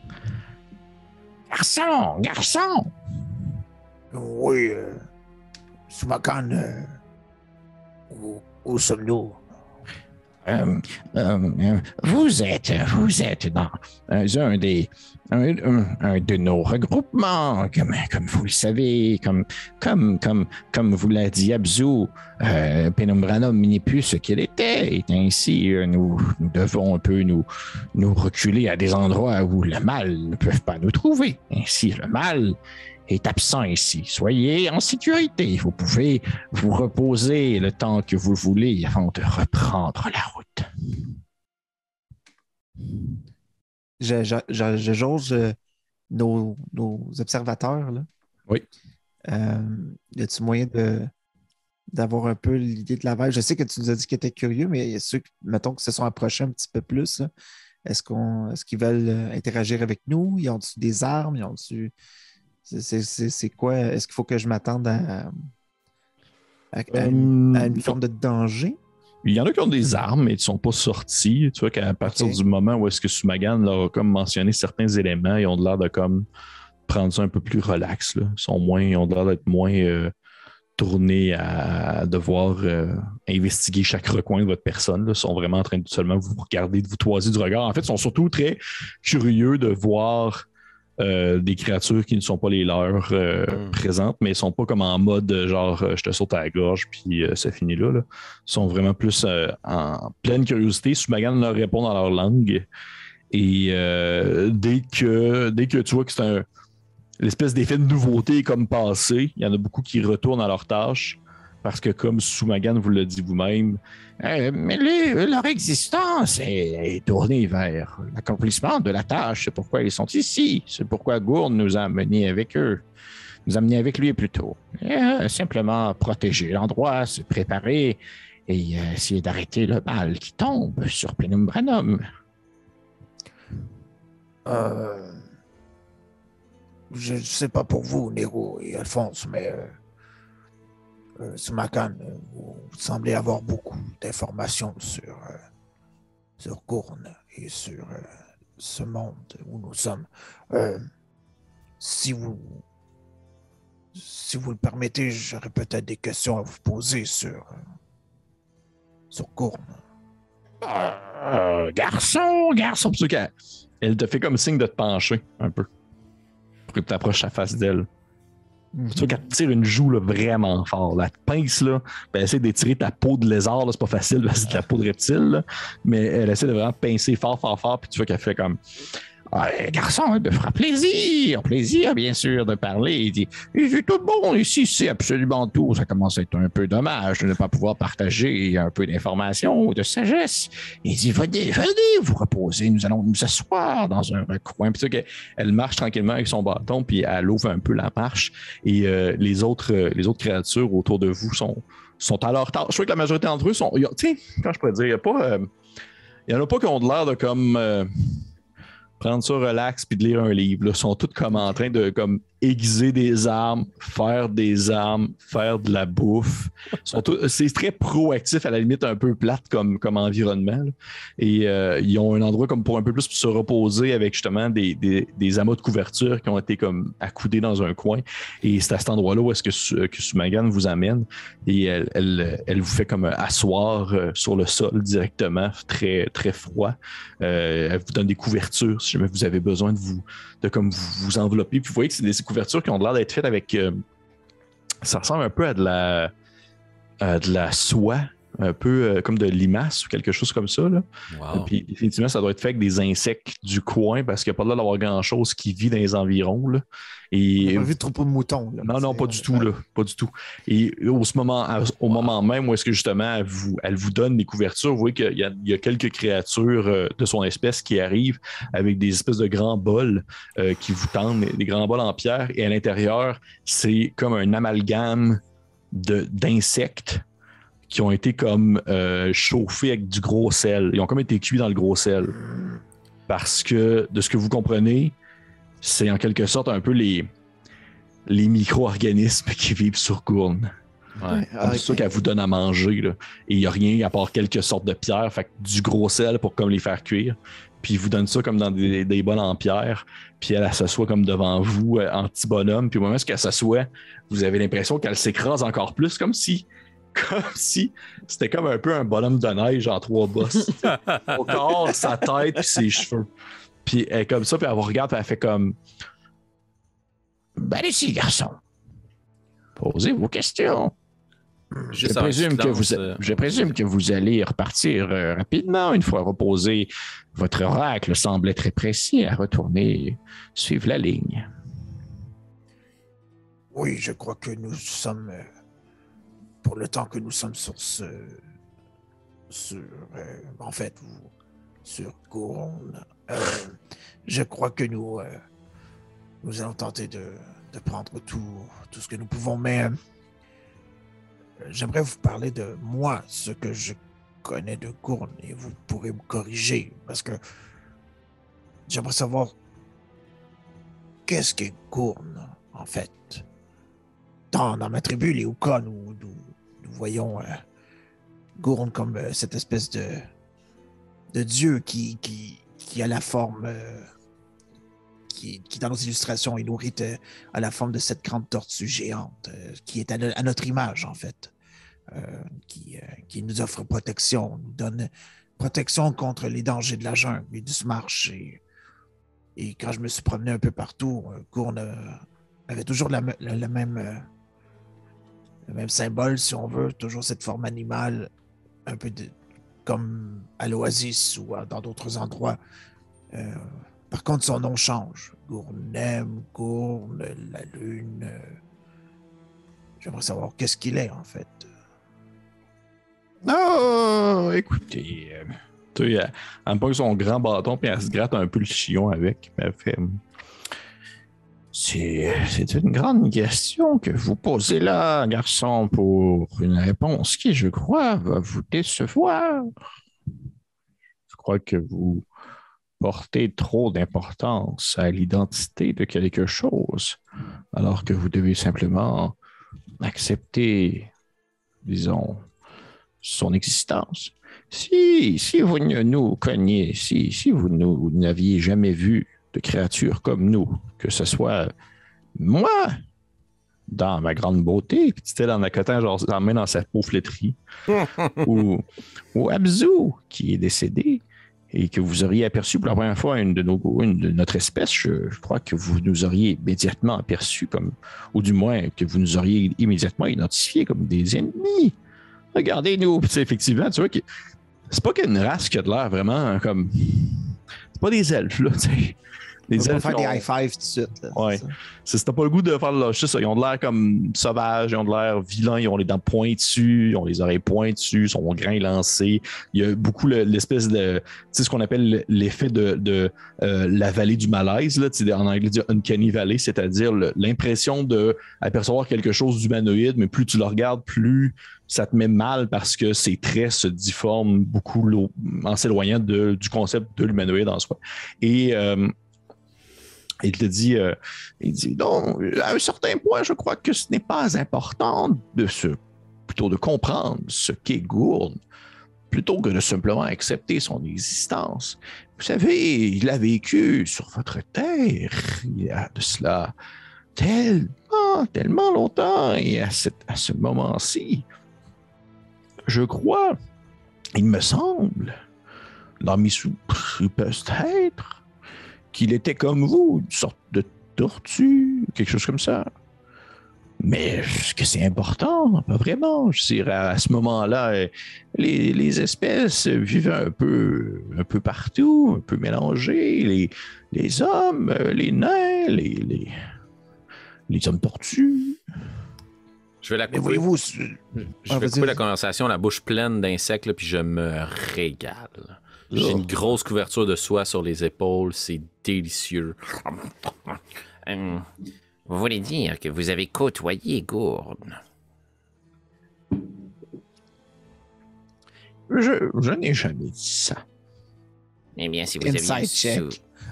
Garçon! Oui, Sumagan, où sommes-nous? Vous êtes dans un de nos regroupements, comme vous le savez, comme vous l'a dit Abzu, Penumbranum n'est plus ce qu'il était, et ainsi nous devons un peu nous reculer à des endroits où le mal ne peut pas nous trouver. Ainsi, le mal est absent ici. Soyez en sécurité. Vous pouvez vous reposer le temps que vous voulez avant de reprendre la route. Je jauge nos observateurs. Là. Oui. Y a-t-il moyen d'avoir un peu l'idée de la veille? Je sais que tu nous as dit qu'ils étaient curieux, mais ceux, mettons, qui se sont approchés un petit peu plus, là, est-ce qu'ils veulent interagir avec nous? Ils ont-tu des armes? Ils ont-tu... C'est quoi? Est-ce qu'il faut que je m'attende à une forme de danger? Il y en a qui ont des armes, mais ils ne sont pas sortis. Tu vois qu'à partir du moment où est-ce que Sumagan leur a comme mentionné certains éléments, ils ont l'air de comme prendre ça un peu plus relax. Là. Ils ont l'air d'être moins tourner à devoir investiguer chaque recoin de votre personne. Là. Ils sont vraiment en train de seulement vous regarder, de vous toiser du regard. En fait, ils sont surtout très curieux de voir des créatures qui ne sont pas les leurs présentes, mais ils ne sont pas comme en mode genre je te saute à la gorge puis c'est fini là. Ils sont vraiment plus en pleine curiosité. Sumagan leur répond dans leur langue. Et dès que tu vois que c'est l'espèce d'effet de nouveauté est comme passé, il y en a beaucoup qui retournent à leur tâche parce que, comme Sumagan vous l'a dit vous-même, mais leur existence est tournée vers l'accomplissement de la tâche. C'est pourquoi ils sont ici. C'est pourquoi Gourn nous a amenés avec eux. Nous a amenés avec lui plutôt. Simplement protéger l'endroit, se préparer et essayer d'arrêter le mal qui tombe sur Penumbranum. Je ne sais pas pour vous, Nero et Alphonse, mais Sumagan, vous semblez avoir beaucoup d'informations sur Gourn et sur ce monde où nous sommes. Si vous le permettez, j'aurais peut-être des questions à vous poser sur Gourn. Garçon! Surtout qu'elle te fait comme signe de te pencher un peu pour que tu t'approches la face d'elle. Tu vois qu'elle te tire une joue là, vraiment fort. La pince, là, elle essaie d'étirer ta peau de lézard. Là, c'est pas facile, là, c'est de la peau de reptile. Là, mais elle essaie de vraiment pincer fort. Puis tu vois qu'elle fait comme... Garçon, il me fera plaisir, bien sûr, de parler. Il dit, c'est tout bon ici, c'est absolument tout. Ça commence à être un peu dommage de ne pas pouvoir partager un peu d'informations ou de sagesse. Il dit, venez, vous reposer, nous allons nous asseoir dans un recoin. Puis tu sais qu'elle marche tranquillement avec son bâton, puis elle ouvre un peu la marche. Et les autres créatures autour de vous sont à leur tâche. Je crois que la majorité d'entre eux sont... Tu sais, quand je pourrais dire, il y en a pas qui ont de l'air de comme... prendre ça relax puis de lire un livre. Là. Ils sont tous comme en train de comme aiguiser des armes, faire de la bouffe. C'est très proactif, à la limite un peu plate comme environnement. Là. Et ils ont un endroit comme pour un peu plus se reposer avec justement des amas de couverture qui ont été comme accoudés dans un coin. Et c'est à cet endroit-là où est-ce que Sumagan vous amène. Et elle vous fait comme asseoir sur le sol directement, très, très froid. Elle vous donne des couvertures si jamais vous avez besoin de comme vous envelopper. Puis vous voyez que c'est des couvertures qui ont l'air d'être faites avec... ça ressemble un peu à de la soie, un peu comme de limace ou quelque chose comme ça. Là. Wow. Puis définitivement, ça doit être fait avec des insectes du coin parce qu'il n'y a pas l'air d'avoir grand-chose qui vit dans les environs. Là. Et... On a vu trop de moutons. Là, non, pas du tout. Là, pas du tout. Et au moment même où est-ce que justement elle vous donne des couvertures, vous voyez qu'il y a quelques créatures de son espèce qui arrivent avec des espèces de grands bols qui vous tendent, des grands bols en pierre. Et à l'intérieur, c'est comme un amalgame d'insectes qui ont été comme chauffés avec du gros sel. Ils ont comme été cuits dans le gros sel. Parce que, de ce que vous comprenez, c'est en quelque sorte un peu les micro-organismes qui vivent sur Gourn. Ouais. C'est ça qu'elle vous donne à manger. Là. Et il n'y a rien à part quelques sortes de pierres, fait que du gros sel pour comme les faire cuire. Puis il vous donne ça comme dans des bols en pierre. Puis elle s'assoit comme devant vous en petit bonhomme. Puis au moment où elle s'assoit, vous avez l'impression qu'elle s'écrase encore plus, comme si c'était comme un peu un bonhomme de neige en 3 bosses. Au corps, sa tête puis ses cheveux. Puis elle est comme ça, puis elle vous regarde, puis elle fait comme... Ben allez-y, garçon. Posez vos questions. Je présume que vous allez repartir rapidement une fois reposé. Votre oracle semble très précis à retourner suivre la ligne. Oui, je crois que nous sommes... pour le temps que nous sommes sur Gourn, je crois que nous allons tenter de prendre tout ce que nous pouvons, mais j'aimerais vous parler de moi, ce que je connais de Gourn, et vous pourrez me corriger, parce que j'aimerais savoir qu'est-ce qu'est Gourn, en fait. Dans ma tribu, les Ukon, nous voyons Gourn comme cette espèce de dieu qui a la forme qui dans nos illustrations est nourrie à la forme de cette grande tortue géante qui est à notre image, en fait, qui nous offre protection, nous donne protection contre les dangers de la jungle et du marche. Et quand je me suis promené un peu partout, Gourne avait toujours le même symbole, si on veut, toujours cette forme animale, un peu comme à l'Oasis ou dans d'autres endroits. Par contre, son nom change. Gournem, Gourne, la lune. J'aimerais savoir qu'est-ce qu'il est, en fait. Oh, écoutez, tu sais, elle me pogne son grand bâton puis elle se gratte un peu le chignon avec. Elle fait, c'est une grande question que vous posez là, garçon, pour une réponse qui, je crois, va vous décevoir. Je crois que vous portez trop d'importance à l'identité de quelque chose, alors que vous devez simplement accepter, disons, son existence. Si vous ne nous cogniez, si vous n'aviez jamais vu de créatures comme nous, que ce soit moi, dans ma grande beauté, puis tu sais, en accotant genre la main dans sa peau flétrie, ou Abzu, qui est décédé, et que vous auriez aperçu pour la première fois une de notre espèce, je crois que vous nous auriez immédiatement aperçus comme, ou du moins que vous nous auriez immédiatement identifiés comme des ennemis. Regardez-nous, puis effectivement, tu vois que c'est pas qu'une race qui a de l'air vraiment comme, c'est pas des elfes là, tu sais. On va faire des high fives tout de suite. Là, ouais. Si t'as pas le goût de faire de lâcher ça, ils ont de l'air comme sauvages, ils ont de l'air vilains, ils ont les dents pointues, ils ont les oreilles pointues, ils sont grains lancés. Il y a beaucoup l'espèce de, tu sais, ce qu'on appelle l'effet de la vallée du malaise, là, en anglais, du uncanny valley, c'est-à-dire l'impression de apercevoir quelque chose d'humanoïde, mais plus tu le regardes, plus ça te met mal parce que ses traits se difforment beaucoup en s'éloignant du concept de l'humanoïde en soi. Et il te dit, non, à un certain point, je crois que ce n'est pas important plutôt de comprendre ce qu'est Gourne, plutôt que de simplement accepter son existence. Vous savez, il a vécu sur votre terre il y a de cela tellement longtemps, et à ce moment-ci, je crois, il me semble, dans mes soupes, peut-être, qu'il était comme vous, une sorte de tortue, quelque chose comme ça. Mais est-ce que c'est important? Pas vraiment. Je dirais, à ce moment-là, les espèces vivaient un peu partout, un peu mélangées. Les hommes, les nains, les hommes tortues. Je vais la couper. Mais voyez-vous... Je vais couper la conversation, la bouche pleine d'insectes, là, puis je me régale. J'ai une grosse couverture de soie sur les épaules, c'est délicieux. Vous voulez dire que vous avez côtoyé Gourne? Je n'ai jamais dit ça. Eh bien, si vous aviez Inside check.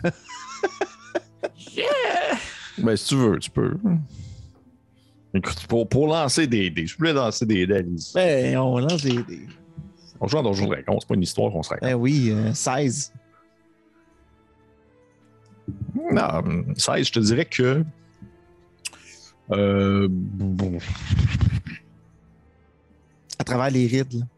Ben, si tu veux, tu peux. Écoute, pour lancer je voulais lancer des dés. Ben, on lance des... On joue à Donjon Dragon, c'est pas une histoire qu'on se raconte. Ben oui, 16. Non, 16, je te dirais que... bon. À travers les rides, là.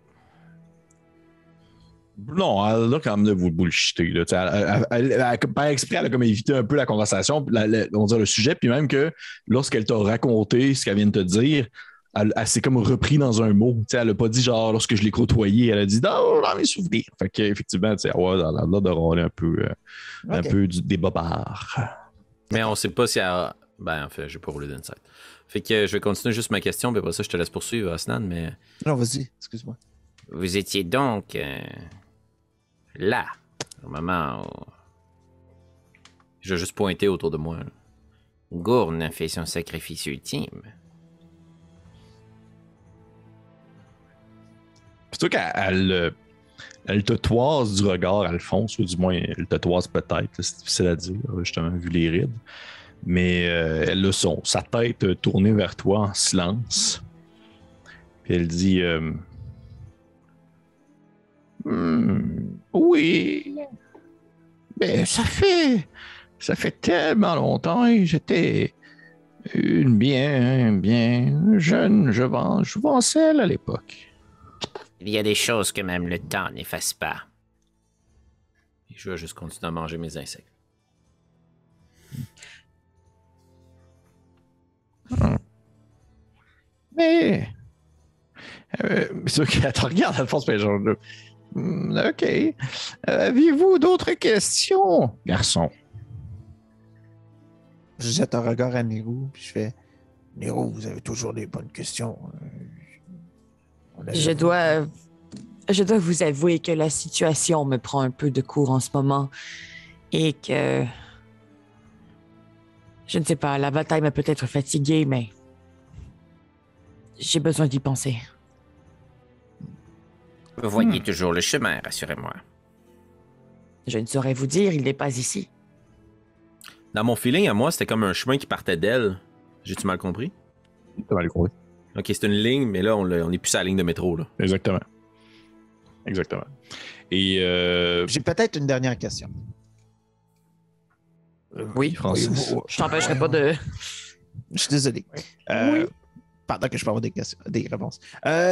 Non, elle a quand même de vous bullshiter. Là. Elle, par exprès, elle a comme évité un peu la conversation, on va dire le sujet, puis même que lorsqu'elle t'a raconté ce qu'elle vient de te dire, elle s'est comme repris dans un mot. Elle n'a pas dit genre lorsque je l'ai côtoyé, elle a dit dans mes souvenirs. Fait qu'effectivement, elle a l'air de rôler un peu des bobards. Mais on sait pas si elle... Ben, en fait, j'ai pas roulé d'insight. Fait que je vais continuer juste ma question, puis après ça, je te laisse poursuivre, Asnan, mais... Non, vas-y, excuse-moi. Vous étiez donc là, au moment où... Je vais juste pointer autour de moi. Là. Gourne a fait son sacrifice ultime. Plutôt qu'elle te toise du regard, Alphonse, ou du moins, elle te toise peut-être, c'est difficile à dire, justement, vu les rides. Mais elle a sa tête tournée vers toi en silence. Puis elle dit oui, mais ça fait Ça fait tellement longtemps et j'étais bien jeune, je pensais à l'époque. Il y a des choses que même le temps n'efface pas. Et je vais juste continuer à manger mes insectes. Mais c'est sûr qu'elle te regarde, Alphonse, mais genre, OK. Avez-vous d'autres questions, garçon? Je jette un regard à Nero, puis je fais Nero, vous avez toujours des bonnes questions. Je dois vous avouer que la situation me prend un peu de court en ce moment et que je ne sais pas, la bataille m'a peut-être fatiguée, mais j'ai besoin d'y penser. Vous voyez toujours le chemin, rassurez-moi. Je ne saurais vous dire, il n'est pas ici. Dans mon feeling, à moi, c'était comme un chemin qui partait d'elle. J'ai-tu mal compris? T'as mal compris. Ok, c'est une ligne, mais là, on est plus sur la ligne de métro, là. Exactement. Et j'ai peut-être une dernière question. Oui, Francis. je t'empêcherai pas de... Je suis désolé. Oui. Pendant que je peux avoir des réponses.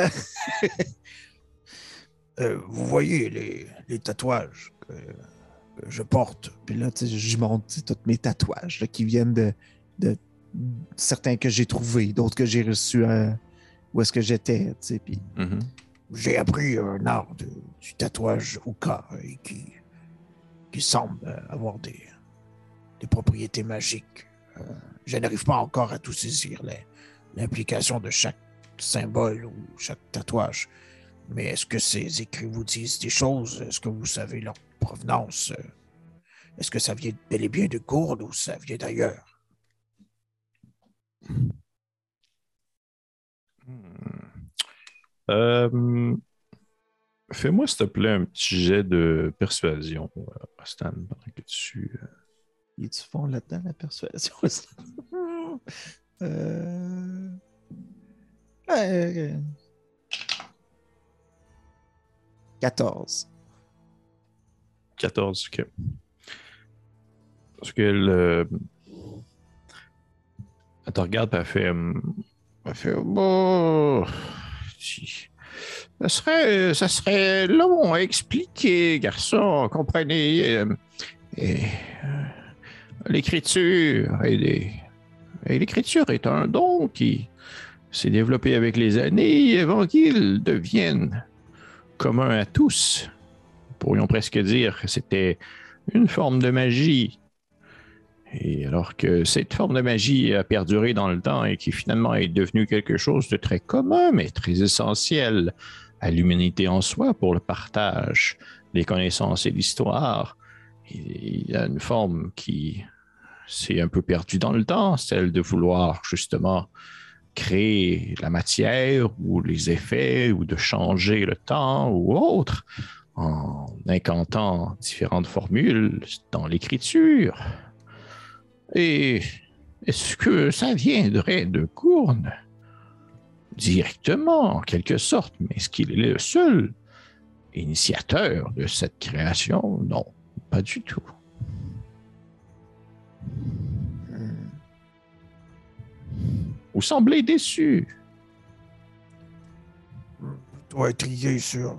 Vous voyez les tatouages que je porte. Puis là, tu sais, je montre tous mes tatouages là, qui viennent de certains que j'ai trouvés, d'autres que j'ai reçus où est-ce que j'étais. Tu sais, puis j'ai appris un art du tatouage Uka et qui semble avoir des propriétés magiques. Je n'arrive pas encore à tout saisir l'implication de chaque symbole ou chaque tatouage. Mais est-ce que ces écrits vous disent des choses? Est-ce que vous savez leur provenance? Est-ce que ça vient bel et bien de Gourde ou ça vient d'ailleurs? Fais-moi, s'il te plaît, un petit jet de persuasion, Stan, pendant que tu... Et tu fonds là-dedans, la persuasion? 14. 14, OK. Parce que elle te regarde et elle fait bon, ça serait long à expliquer, garçon, comprenez. L'écriture l'écriture est un don qui s'est développé avec les années avant qu'il devienne commun à tous. Nous pourrions presque dire que c'était une forme de magie. Et alors que cette forme de magie a perduré dans le temps et qui finalement est devenue quelque chose de très commun, mais très essentiel à l'humanité en soi pour le partage des connaissances et l'histoire, il y a une forme qui s'est un peu perdue dans le temps, celle de vouloir justement créer la matière ou les effets ou de changer le temps ou autre en incantant différentes formules dans l'écriture. Et est-ce que ça viendrait de Gourne? Directement, en quelque sorte, mais est-ce qu'il est le seul initiateur de cette création? Non, pas du tout. Vous semblez déçu. Je dois trier sur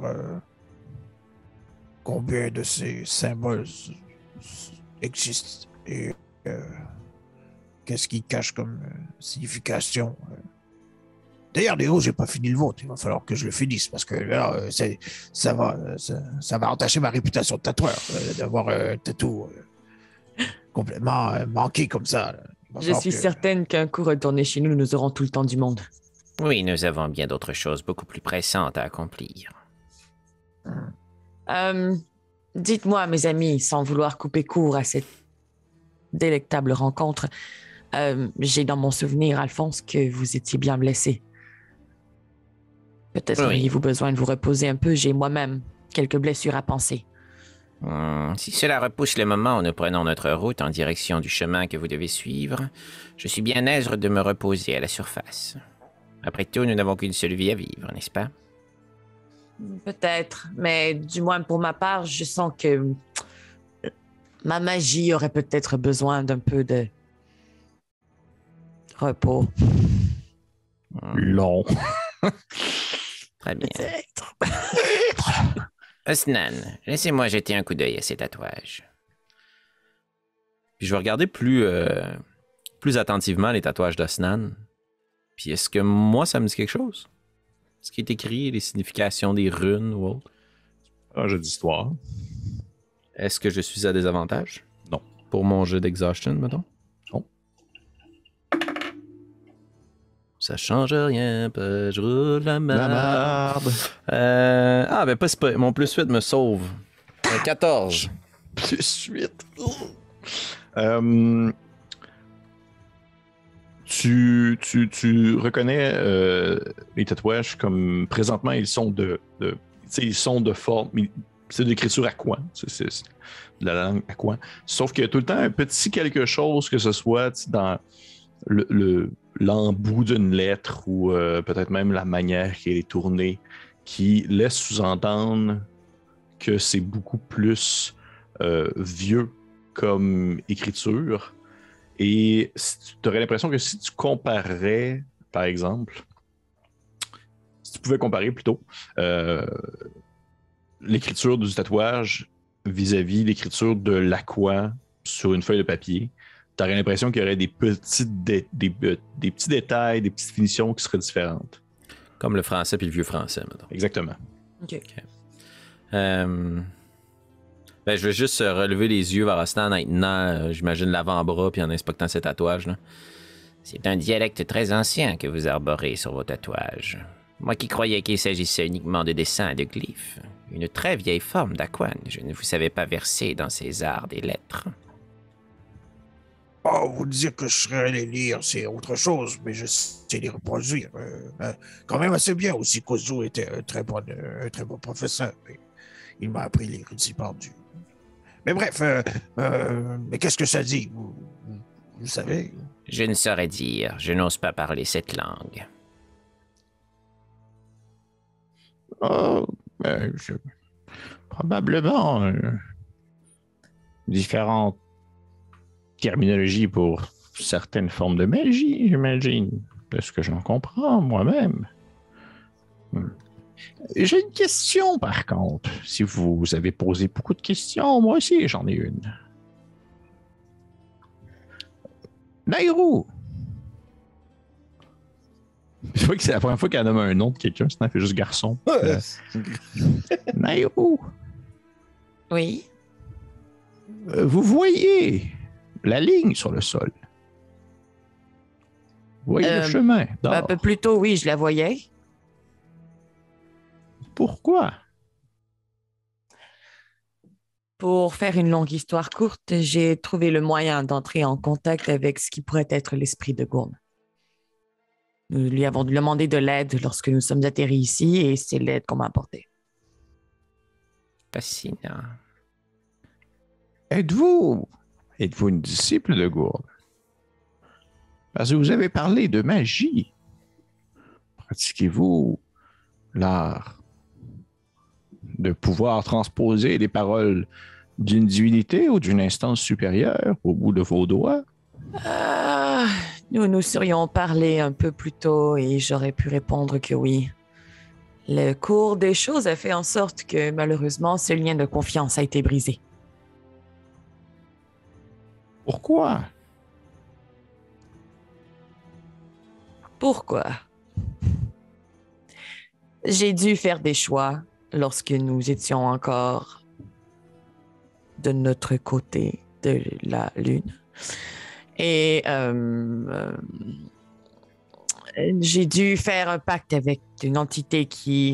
combien de ces symboles existent et qu'est-ce qu'ils cachent comme signification. D'ailleurs, Léo, j'ai pas fini le vôtre. Il va falloir que je le finisse parce que là, ça va entacher ma réputation de tatoueur d'avoir un tatou complètement manqué comme ça. Je suis certaine qu'un coup retourné chez nous, nous aurons tout le temps du monde. Oui, nous avons bien d'autres choses beaucoup plus pressantes à accomplir. Dites-moi, mes amis, sans vouloir couper court à cette délectable rencontre, j'ai dans mon souvenir, Alphonse, que vous étiez bien blessé. Peut-être auriez-vous besoin de vous reposer un peu. J'ai moi-même quelques blessures à penser. Si cela repousse le moment où nous prenons notre route en direction du chemin que vous devez suivre, je suis bien aise de me reposer à la surface. Après tout, nous n'avons qu'une seule vie à vivre, n'est-ce pas? Peut-être, mais du moins pour ma part, je sens que Ma magie aurait peut-être besoin d'un peu de repos. Long. Très bien. Peut-être. Osnan, laissez-moi jeter un coup d'œil à ces tatouages. Puis je vais regarder plus attentivement les tatouages d'Osnan. Puis est-ce que moi, ça me dit quelque chose? Ce qui est écrit, les significations des runes ou autre. Un jeu d'histoire. Est-ce que je suis à désavantage? Non. Pour mon jeu d'exhaustion, mettons? Non. Ça change rien, je roule la La merde. merde. Ben pas mon plus 8 me sauve. 14. Plus 8. Tu reconnais les tatouages comme présentement ils sont ils sont de forme, c'est de l'écriture à quoi, c'est de la langue à quoi. Sauf qu'il y a tout le temps un petit quelque chose, que ce soit dans l'embout d'une lettre ou peut-être même la manière qu'elle est tournée, qui laisse sous-entendre que c'est beaucoup plus vieux comme écriture. Et tu aurais l'impression que si tu comparais, par exemple, si tu pouvais comparer plutôt l'écriture du tatouage vis-à-vis l'écriture de l'aqua sur une feuille de papier, tu aurais l'impression qu'il y aurait des petits détails, des petites finitions qui seraient différentes. Comme le français puis le vieux français, mettons. Exactement. OK. Ben, je vais juste relever les yeux vers Osnan en tenant, j'imagine, l'avant-bras puis en inspectant ses tatouages. Là. C'est un dialecte très ancien que vous arborez sur vos tatouages. Moi qui croyais qu'il s'agissait uniquement de dessins et de glyphes. Une très vieille forme d'Aquen. Je ne vous savais pas verser dans ces arts des lettres. Oh, vous dire que je serais allé lire, c'est autre chose, mais je sais les reproduire. Quand même assez bien aussi. Kozo était un très bon professeur. Il m'a appris les rudiments du. Mais bref, mais qu'est-ce que ça dit? Vous savez? Je ne saurais dire. Je n'ose pas parler cette langue. Oh, probablement différentes terminologies pour certaines formes de magie, j'imagine, de ce que j'en comprends moi-même. J'ai une question, par contre. Si vous avez posé beaucoup de questions, moi aussi, j'en ai une. Nairou! Je vois que c'est la première fois qu'elle nomme un nom de quelqu'un, sinon elle fait juste garçon. Nairou! Oui. Vous voyez la ligne sur le sol? Vous voyez le chemin d'or? Un peu plus tôt, oui, je la voyais. Pourquoi? Pour faire une longue histoire courte, j'ai trouvé le moyen d'entrer en contact avec ce qui pourrait être l'esprit de Gourne. Nous lui avons demandé de l'aide lorsque nous sommes atterris ici et c'est l'aide qu'on m'a apportée. Fascinant. Êtes-vous une disciple de Gourne? Parce que vous avez parlé de magie. Pratiquez-vous l'art de pouvoir transposer les paroles d'une divinité ou d'une instance supérieure au bout de vos doigts? Nous nous serions parlé un peu plus tôt et j'aurais pu répondre que oui. Le cours des choses a fait en sorte que malheureusement, ce lien de confiance a été brisé. Pourquoi? Pourquoi? J'ai dû faire des choix lorsque nous étions encore de notre côté de la Lune. Et j'ai dû faire un pacte avec une entité qui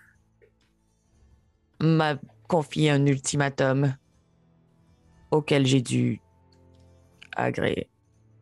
m'a confié un ultimatum auquel j'ai dû agréer.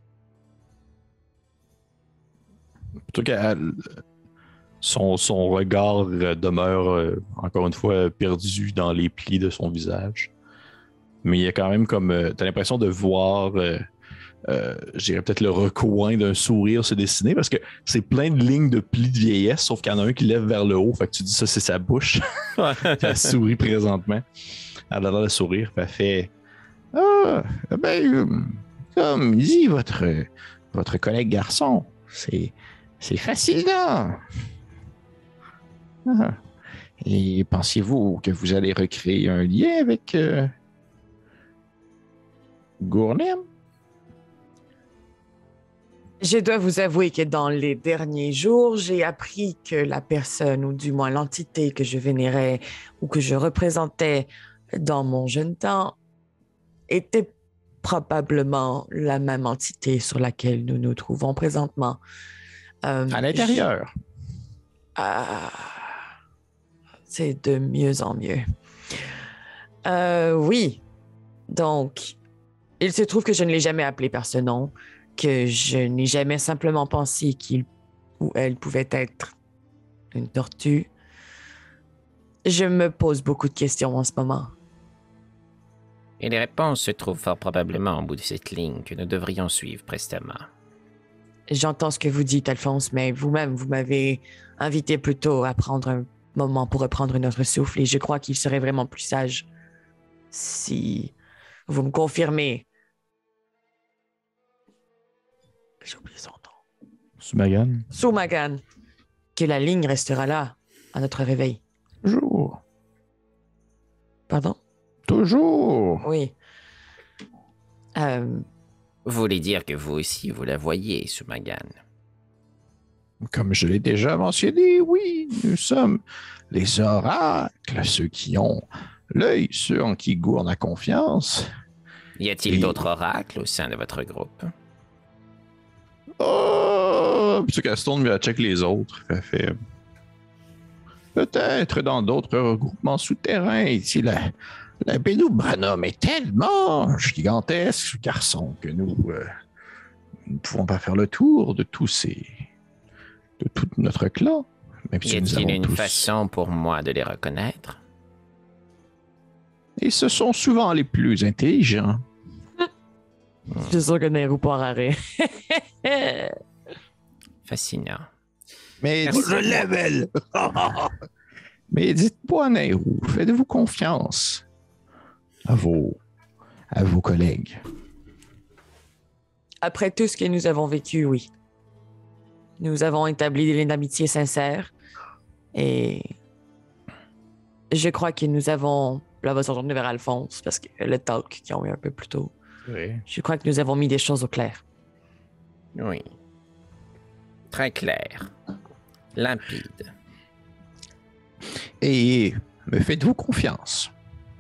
En tout cas, son regard demeure encore une fois perdu dans les plis de son visage. Mais il y a quand même comme... t'as l'impression de voir... je dirais peut-être le recoin d'un sourire se dessiner parce que c'est plein de lignes de plis de vieillesse, sauf qu'il y en a un qui lève vers le haut. Fait que tu dis ça, c'est sa bouche. Elle sourit présentement. Elle a l'air de sourire. Elle fait Ah, comme dit votre collègue garçon, c'est fascinant. Ah. Et pensez-vous que vous allez recréer un lien avec Gournem? Je dois vous avouer que dans les derniers jours, j'ai appris que la personne, ou du moins l'entité que je vénérais ou que je représentais dans mon jeune temps, était probablement la même entité sur laquelle nous nous trouvons présentement. À l'intérieur. C'est de mieux en mieux. Oui. Donc, il se trouve que je ne l'ai jamais appelé par ce nom, que je n'ai jamais simplement pensé qu'il ou elle pouvait être une tortue. Je me pose beaucoup de questions en ce moment. Et les réponses se trouvent fort probablement au bout de cette ligne que nous devrions suivre prestement. J'entends ce que vous dites, Alphonse, mais vous-même, vous m'avez invité plutôt à prendre un moment pour reprendre notre souffle, et je crois qu'il serait vraiment plus sage si vous me confirmez. J'ai oublié son nom. Soumagan. Soumagan, que la ligne restera là, à notre réveil. Toujours. Pardon? Toujours. Oui. Vous voulez dire que vous aussi, vous la voyez, Soumagan? Comme je l'ai déjà mentionné, oui, nous sommes les oracles, ceux qui ont l'œil, ceux en qui Gourne a confiance. Y a-t-il d'autres oracles au sein de votre groupe? Oh! Puis Gaston me check les autres. Fait. Peut-être dans d'autres regroupements souterrains. Ici, la Bénoubranum est tellement gigantesque, garçon, que nous ne pouvons pas faire le tour de tout notre clan. Même si Y nous a-t-il avons une tous... façon pour moi de les reconnaître? Et ce sont souvent les plus intelligents. Je suis sûr que Nehru pas raré. Fascinant. Mais Merci. le level! Mais dites-moi, Nehru, faites-vous confiance à vos collègues? Après tout ce que nous avons vécu, oui. Nous avons établi des liens d'amitié sincères et je crois que nous avons... Là, on va se retourner vers Alphonse parce que le talk qu'ils ont eu un peu plus tôt. Oui. Je crois que nous avons mis des choses au clair. Oui. Très clair. Limpide. Et me faites-vous confiance?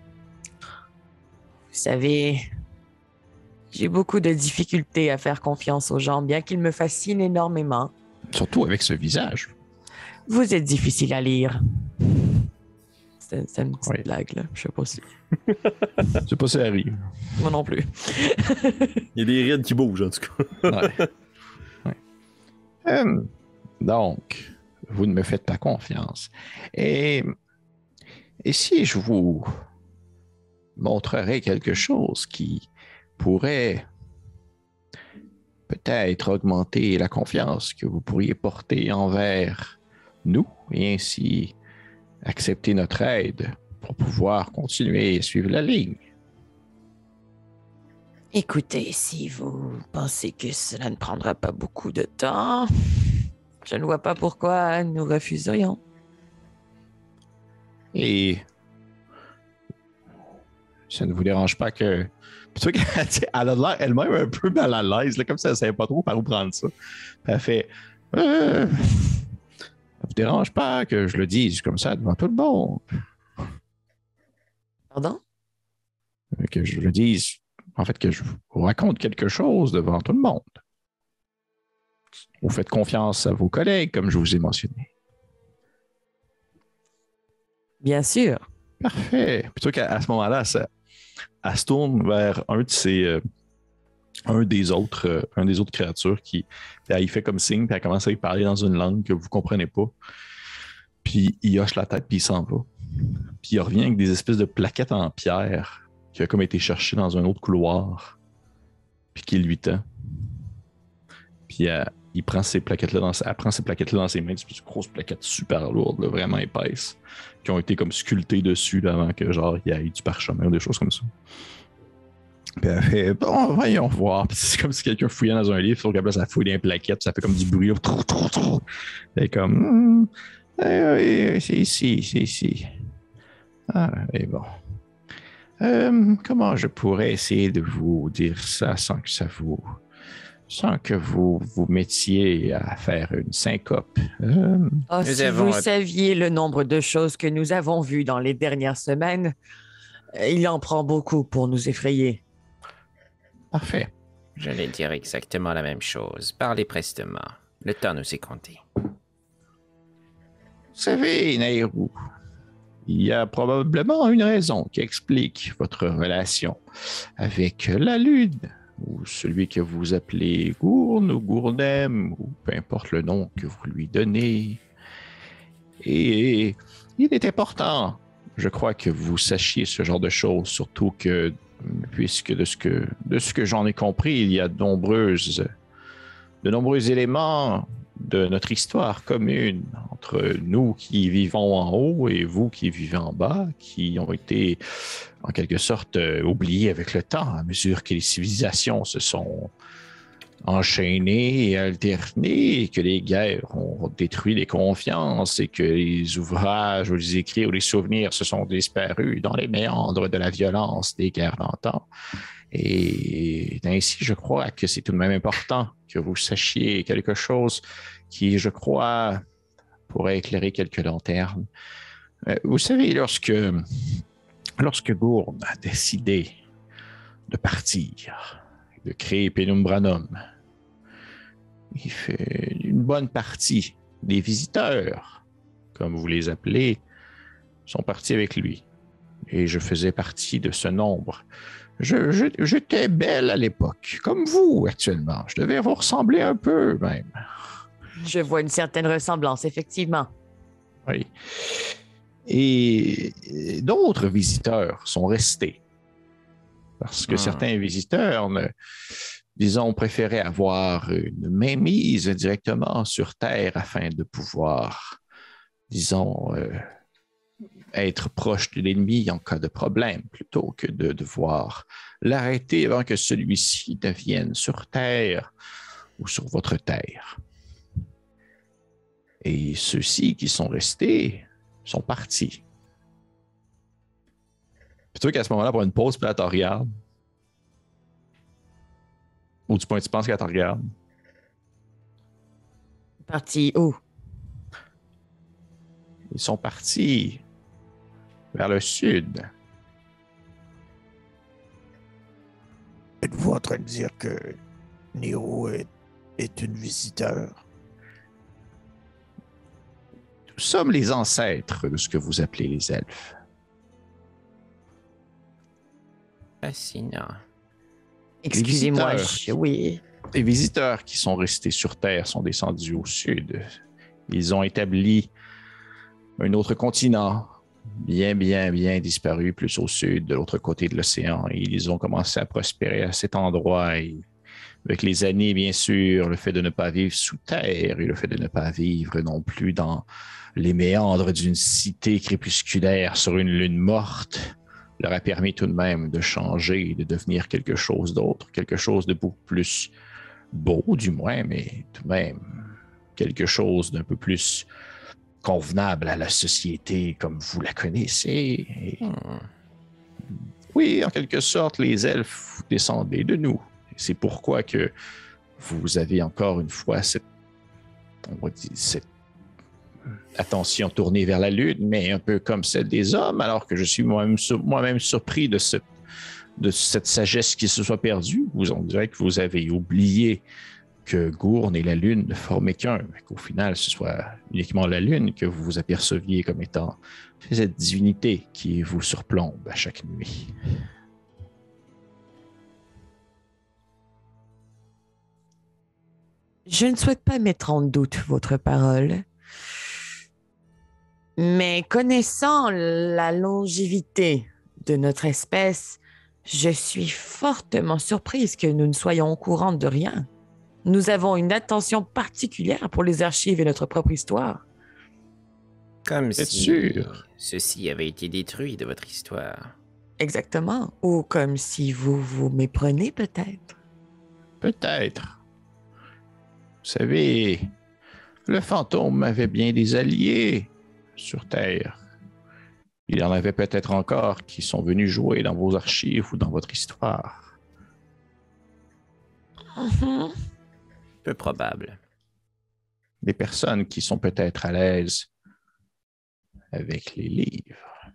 Vous savez, j'ai beaucoup de difficultés à faire confiance aux gens, bien qu'ils me fascinent énormément. Surtout avec ce visage. Vous êtes difficile à lire. C'est une petite Oui. blague, là. Je sais pas si... Je sais pas si ça arrive. Moi non plus. Il y a des rides qui bougent, en tout cas. Ouais. Donc, vous ne me faites pas confiance. Et si je vous montrerais quelque chose qui pourrait peut-être augmenter la confiance que vous pourriez porter envers nous et ainsi accepter notre aide pour pouvoir continuer à suivre la ligne? Écoutez, si vous pensez que cela ne prendra pas beaucoup de temps, je ne vois pas pourquoi nous refuserions. Et ça ne vous dérange pas que... C'est sûr qu'elle a l'air elle-même un peu mal à l'aise, là, comme ça, elle ne savait pas trop par où prendre ça. Puis elle fait... ça ne vous dérange pas que je le dise comme ça devant tout le monde? Pardon? Que je le dise... En fait, que je vous raconte quelque chose devant tout le monde. Vous faites confiance à vos collègues, comme je vous ai mentionné. Bien sûr. Parfait. Plutôt qu'à ce moment-là, elle se tourne vers un des autres créatures qui il fait comme signe, puis elle commence à lui parler dans une langue que vous ne comprenez pas. Puis il hoche la tête, puis il s'en va. Puis il revient avec des espèces de plaquettes en pierre qui a comme été cherché dans un autre couloir, puis qui lui tend. Puis il prend ces plaquettes-là dans ses mains, c'est une grosse plaquette super lourde, là, vraiment épaisse, qui ont été comme sculptées dessus là, avant que genre il y ait du parchemin ou des choses comme ça. Puis elle fait bon, voyons voir. Puis c'est comme si quelqu'un fouillait dans un livre, sauf qu'après ça fouille dans les plaquettes, ça fait comme du bruit. C'est comme c'est ici, c'est ici. Ah, et bon. Comment je pourrais essayer de vous dire ça sans que vous vous mettiez à faire une syncope? Ah, Nous si avons- vous saviez le nombre de choses que nous avons vues dans les dernières semaines, il en prend beaucoup pour nous effrayer. Parfait. J'allais dire exactement la même chose. Parlez prestement. Le temps nous est compté. Vous savez, Nairou, il y a probablement une raison qui explique votre relation avec la Lune, ou celui que vous appelez Gourne ou Gournem, ou peu importe le nom que vous lui donnez. Et il est important, je crois, que vous sachiez ce genre de choses, surtout que, puisque de ce que j'en ai compris, il y a de nombreux éléments de notre histoire commune entre nous qui vivons en haut et vous qui vivez en bas, qui ont été en quelque sorte oubliés avec le temps à mesure que les civilisations se sont enchaînées et alternées et que les guerres ont détruit les confiances et que les ouvrages ou les écrits ou les souvenirs se sont disparus dans les méandres de la violence des guerres d'antan. Et ainsi, je crois que c'est tout de même important que vous sachiez quelque chose qui, je crois, pourrait éclairer quelques lanternes. Vous savez, lorsque Gourne a décidé de partir, de créer Penumbranum, il fait une bonne partie des visiteurs, comme vous les appelez, sont partis avec lui. Et je faisais partie de ce nombre. J'étais belle à l'époque, comme vous actuellement. Je devais vous ressembler un peu même. Je vois une certaine ressemblance, effectivement. Oui. Et d'autres visiteurs sont restés. Parce que certains visiteurs, disons, préféraient avoir une mainmise directement sur Terre afin de pouvoir, disons, être proche de l'ennemi en cas de problème, plutôt que de devoir l'arrêter avant que celui-ci ne vienne sur Terre ou sur votre Terre. Et ceux-ci qui sont restés sont partis. Plutôt qu'à ce moment-là, pour une pause, puis elle te regarde. Ou du point tu penses qu'elle te regarde. Parti où? Ils sont partis vers le sud. Êtes-vous en train de dire que Nero est une visiteur? Nous sommes les ancêtres de ce que vous appelez les elfes. Fascinant. Excusez-moi, visiteurs. oui. Les visiteurs qui sont restés sur Terre sont descendus au sud. Ils ont établi un autre continent, bien disparu, plus au sud, de l'autre côté de l'océan. Et ils ont commencé à prospérer à cet endroit. Et avec les années, bien sûr, le fait de ne pas vivre sous terre et le fait de ne pas vivre non plus dans les méandres d'une cité crépusculaire sur une lune morte leur a permis tout de même de changer et de devenir quelque chose d'autre, quelque chose de beaucoup plus beau, du moins, mais tout de même quelque chose d'un peu plus convenable à la société comme vous la connaissez. Et oui, en quelque sorte, les elfes, vous descendez de nous. C'est pourquoi que vous avez encore une fois cette attention tournée vers la lune, mais un peu comme celle des hommes, alors que je suis moi-même surpris de cette sagesse qui se soit perdue. On dirait que vous avez oublié que Gourne et la lune ne formaient qu'un, mais qu'au final, ce soit uniquement la lune que vous vous aperceviez comme étant cette divinité qui vous surplombe à chaque nuit. Je ne souhaite pas mettre en doute votre parole, mais connaissant la longévité de notre espèce, je suis fortement surprise que nous ne soyons au courant de rien. Nous avons une attention particulière pour les archives et notre propre histoire. Comme C'est si sûr. ceci avait été détruit de votre histoire. Exactement. Ou comme si vous vous méprenez, peut-être. Peut-être. Vous savez, le fantôme avait bien des alliés sur Terre. Il y en avait peut-être encore qui sont venus jouer dans vos archives ou dans votre histoire. Mhm. Peu probable. Des personnes qui sont peut-être à l'aise avec les livres.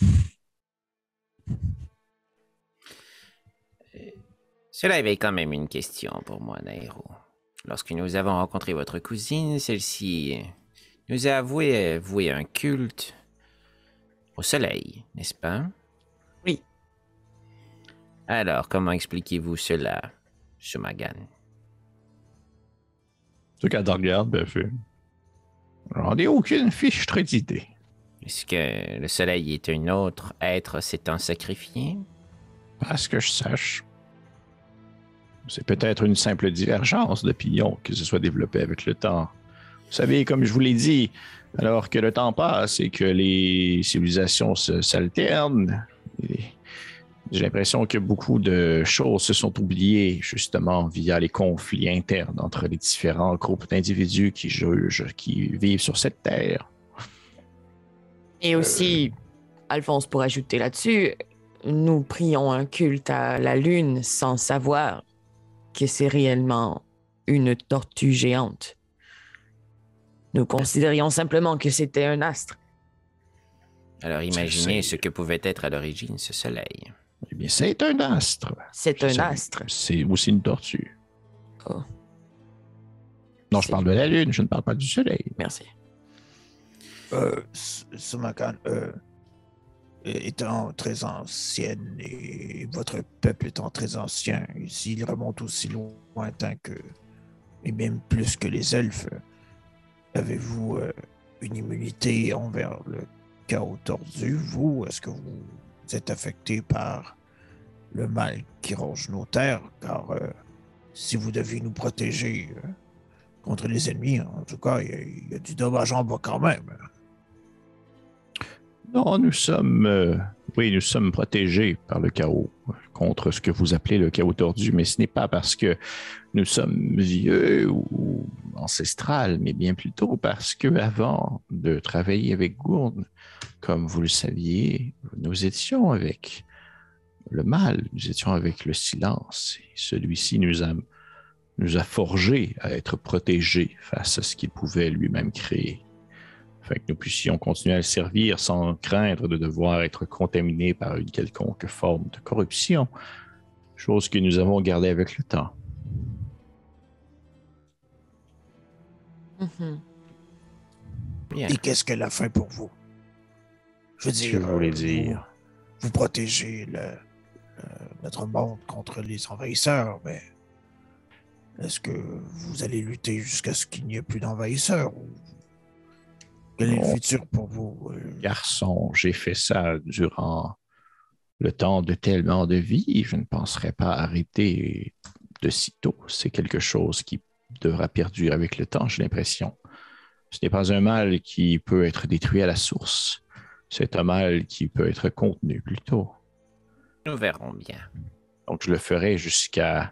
Cela éveille quand même une question pour moi, Nairo. Lorsque nous avons rencontré votre cousine, celle-ci nous a avoué vouer un culte au soleil, n'est-ce pas? Oui. Alors, comment expliquez-vous cela, Shumagan? Ceux qui te regardent, ben, fait. J'en ai aucune fiche d'idée. Est-ce que le soleil est un autre être s'étant sacrifié? Pas à ce que je sache. C'est peut-être une simple divergence d'opinion qui se soit développée avec le temps. Vous savez, comme je vous l'ai dit, alors que le temps passe et que les civilisations s'alternent, j'ai l'impression que beaucoup de choses se sont oubliées justement via les conflits internes entre les différents groupes d'individus qui vivent sur cette terre. Et aussi, Alphonse, pour ajouter là-dessus, nous prions un culte à la lune sans savoir que c'est réellement une tortue géante. Nous considérions simplement que c'était un astre. Alors imaginez ce que pouvait être à l'origine ce soleil. Eh bien, c'est un astre. C'est un astre. C'est aussi une tortue. Oh. Non, je parle de la Lune, je ne parle pas du Soleil. Merci. Shumagan, étant très ancienne et votre peuple étant très ancien, et s'il remonte aussi lointain que, et même plus que les elfes, avez-vous une immunité envers le chaos tordu, vous? Est-ce que vous êtes affecté par le mal qui ronge nos terres? Car si vous deviez nous protéger contre les ennemis, en tout cas, il y a du dommage en bas quand même. Non, nous sommes protégés par le chaos, contre ce que vous appelez le chaos tordu, mais ce n'est pas parce que nous sommes vieux ou ancestrales, mais bien plutôt parce que avant de travailler avec Gourne, comme vous le saviez, nous étions avec le mal, nous étions avec le silence, et celui-ci nous a forgés à être protégés face à ce qu'il pouvait lui-même créer. Afin que nous puissions continuer à le servir sans craindre de devoir être contaminés par une quelconque forme de corruption, chose que nous avons gardée avec le temps. Mhm. Bien. Et qu'est-ce qu'elle a fait pour vous? Je veux dire, Que voulez dire? vous protégez notre monde contre les envahisseurs, mais est-ce que vous allez lutter jusqu'à ce qu'il n'y ait plus d'envahisseurs? Quel est le futur pour vous? Garçon, j'ai fait ça durant le temps de tellement de vie, je ne penserais pas arrêter de sitôt. C'est quelque chose qui devra perdurer avec le temps, j'ai l'impression. Ce n'est pas un mal qui peut être détruit à la source. C'est un mal qui peut être contenu plutôt. Nous verrons bien. Donc, je le ferai jusqu'à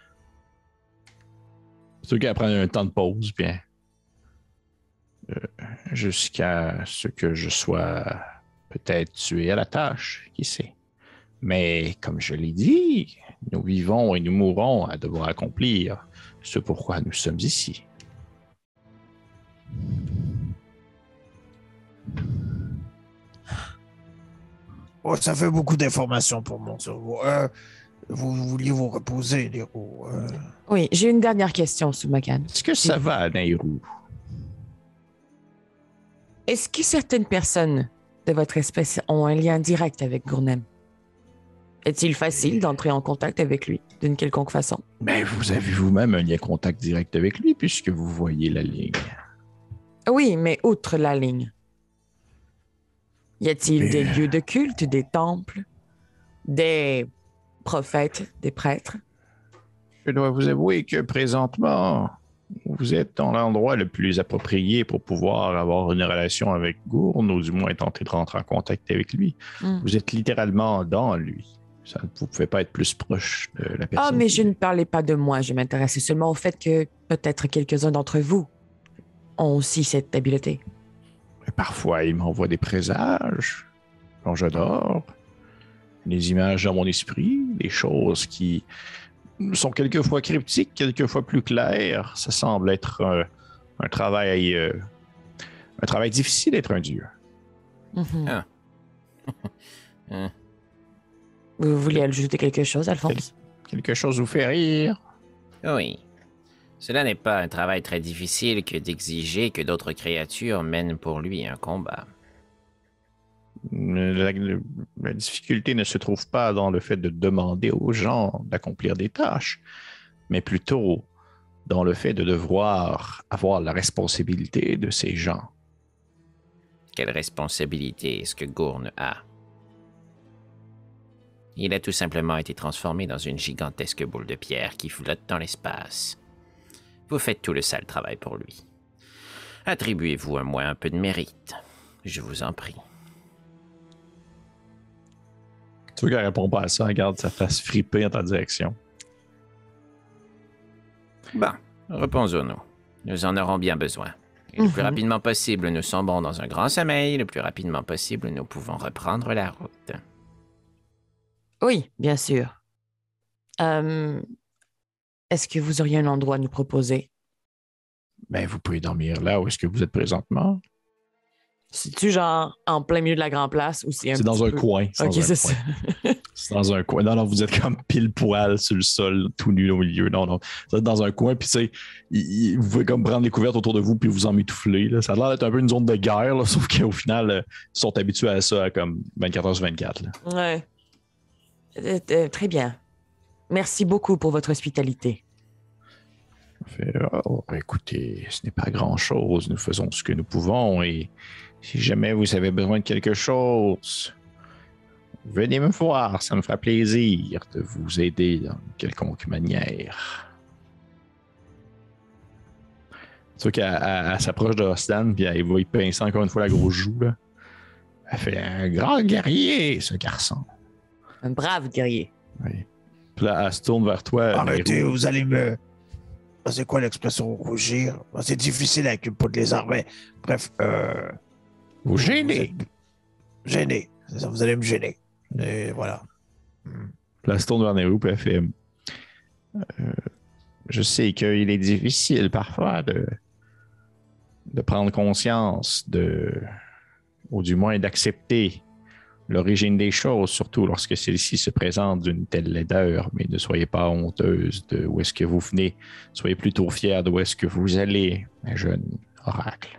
prendre un temps de pause, bien. Jusqu'à ce que je sois peut-être tué à la tâche, qui sait. Mais comme je l'ai dit, nous vivons et nous mourrons à devoir accomplir ce pourquoi nous sommes ici. Oh, ça fait beaucoup d'informations pour mon cerveau. Vous vouliez vous reposer, Léro. Oui, j'ai une dernière question, Shumagan. Est-ce que ça va, Nairou? Est-ce que certaines personnes de votre espèce ont un lien direct avec Gournem? Est-il facile d'entrer en contact avec lui d'une quelconque façon? Ben, vous avez vous-même un lien contact direct avec lui puisque vous voyez la ligne. Oui, mais outre la ligne. Y a-t-il des lieux de culte, des temples, des prophètes, des prêtres? Je dois vous avouer que présentement, Vous êtes dans l'endroit le plus approprié pour pouvoir avoir une relation avec Gourne, ou du moins tenter de rentrer en contact avec lui. Vous êtes littéralement dans lui. Vous ne pouvez pas être plus proche de la personne. Ah, mais je ne parlais pas de moi. Je m'intéressais seulement au fait que peut-être quelques-uns d'entre vous ont aussi cette habileté. Et parfois, il m'envoie des présages quand je dors, des images dans mon esprit, des choses qui sont quelquefois cryptiques, quelquefois plus claires. Ça semble être un travail difficile d'être un dieu. Mhm. Vous vouliez ajouter quelque chose, Alphonse? Quelque chose vous fait rire? Oui. Cela n'est pas un travail très difficile que d'exiger que d'autres créatures mènent pour lui un combat. La difficulté ne se trouve pas dans le fait de demander aux gens d'accomplir des tâches, mais plutôt dans le fait de devoir avoir la responsabilité de ces gens. Quelle responsabilité est-ce que Gourne a? Il a tout simplement été transformé dans une gigantesque boule de pierre qui flotte dans l'espace. Vous faites tout le sale travail pour lui. Attribuez-vous à moi un peu de mérite. Je vous en prie. Tu veux qu'elle ne répond pas à ça, regarde sa face fripée en ta direction. Bon, reposons-nous. Nous en aurons bien besoin. Et le plus rapidement possible, nous sombrons dans un grand sommeil. Le plus rapidement possible, nous pouvons reprendre la route. Oui, bien sûr. Est-ce que vous auriez un endroit à nous proposer? Ben, vous pouvez dormir là où est-ce que vous êtes présentement. C'est-tu genre en plein milieu de la grande place ou c'est un C'est dans un coin. Ok, c'est ça. C'est dans un coin. Non, vous êtes comme pile poil sur le sol, tout nu au milieu. Non. Vous êtes dans un coin, puis tu sais, vous pouvez comme prendre les couvertes autour de vous, puis vous emmitoufler. Là. Ça a l'air d'être un peu une zone de guerre, là, sauf qu'au final, ils sont habitués à ça, à comme 24 heures sur 24. Là. Ouais. Très bien. Merci beaucoup pour votre hospitalité. Écoutez, ce n'est pas grand-chose. Nous faisons ce que nous pouvons et si jamais vous avez besoin de quelque chose, venez me voir. Ça me fera plaisir de vous aider dans quelconque manière. Tu vois qu'elle s'approche de Ostan puis elle va y pincer encore une fois la grosse joue. Là. Elle fait un grand guerrier, ce garçon. Un brave guerrier. Oui. Puis là, elle se tourne vers toi. Arrêtez, vous allez me... C'est quoi l'expression rougir? C'est difficile avec une peau de lézard, mais bref. Vous gênez. Gêné. C'est ça, vous allez me gêner. Et voilà. Puis là, elle se tourne vers Nero puis elle fait je sais qu'il est difficile parfois de prendre conscience ou du moins d'accepter l'origine des choses, surtout lorsque celle-ci se présente d'une telle laideur, mais ne soyez pas honteuse de où est-ce que vous venez. Soyez plutôt fiers d'où est-ce que vous allez, ma jeune oracle.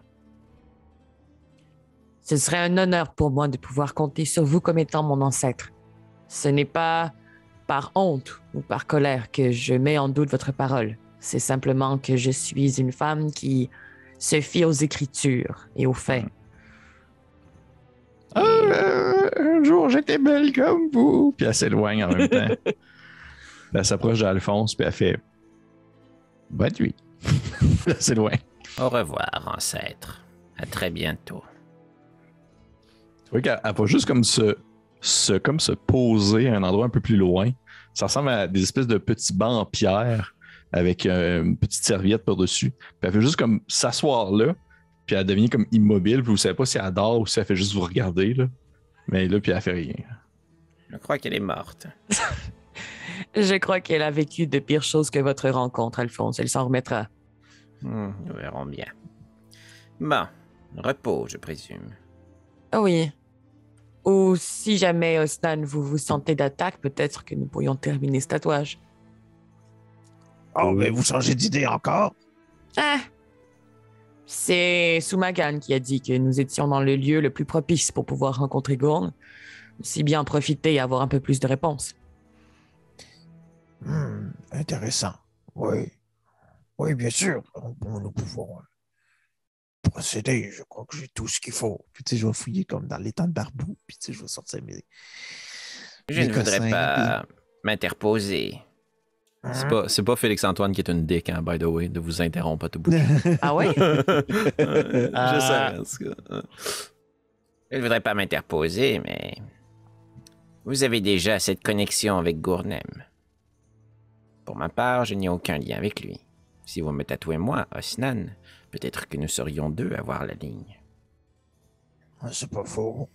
Ce serait un honneur pour moi de pouvoir compter sur vous comme étant mon ancêtre. Ce n'est pas par honte ou par colère que je mets en doute votre parole. C'est simplement que je suis une femme qui se fie aux Écritures et aux faits. Un jour, j'étais belle comme vous. Puis elle s'éloigne en même temps. Elle s'approche d'Alphonse, puis elle fait bonne nuit. Elle s'éloigne. Au revoir, ancêtre. À très bientôt. Tu vois qu'elle va juste comme se poser à un endroit un peu plus loin. Ça ressemble à des espèces de petits bancs en pierre avec une petite serviette par-dessus. Puis elle fait juste comme s'asseoir là, puis elle devient comme immobile, puis vous savez pas si elle dort ou si elle fait juste vous regarder, là. Mais là, puis elle fait rien. Je crois qu'elle est morte. Je crois qu'elle a vécu de pires choses que votre rencontre, Alphonse. Elle s'en remettra. Nous verrons bien. Bon, repos, je présume. Ah oui. Ou si jamais, Osnan, vous vous sentez d'attaque, peut-être que nous pourrions terminer ce tatouage. Oh, mais vous changez d'idée encore? Ah! C'est Soumagan qui a dit que nous étions dans le lieu le plus propice pour pouvoir rencontrer Gourne. Si bien en profiter et avoir un peu plus de réponses. Intéressant. Oui. Oui, bien sûr. Nous pouvons procéder. Je crois que j'ai tout ce qu'il faut. Puis, tu sais, je vais fouiller comme dans l'étang de Barbou. Puis, tu sais, je vais sortir mes... Je ne voudrais pas m'interposer. C'est pas Félix-Antoine qui est une dick, hein, by the way, de vous interrompre à tout bout. Ah ouais? Je sais, en tout cas. Je ne voudrais pas m'interposer, mais vous avez déjà cette connexion avec Gournem. Pour ma part, je n'ai aucun lien avec lui. Si vous me tatouez moi, Osnan, peut-être que nous serions deux à voir la ligne. C'est pas faux.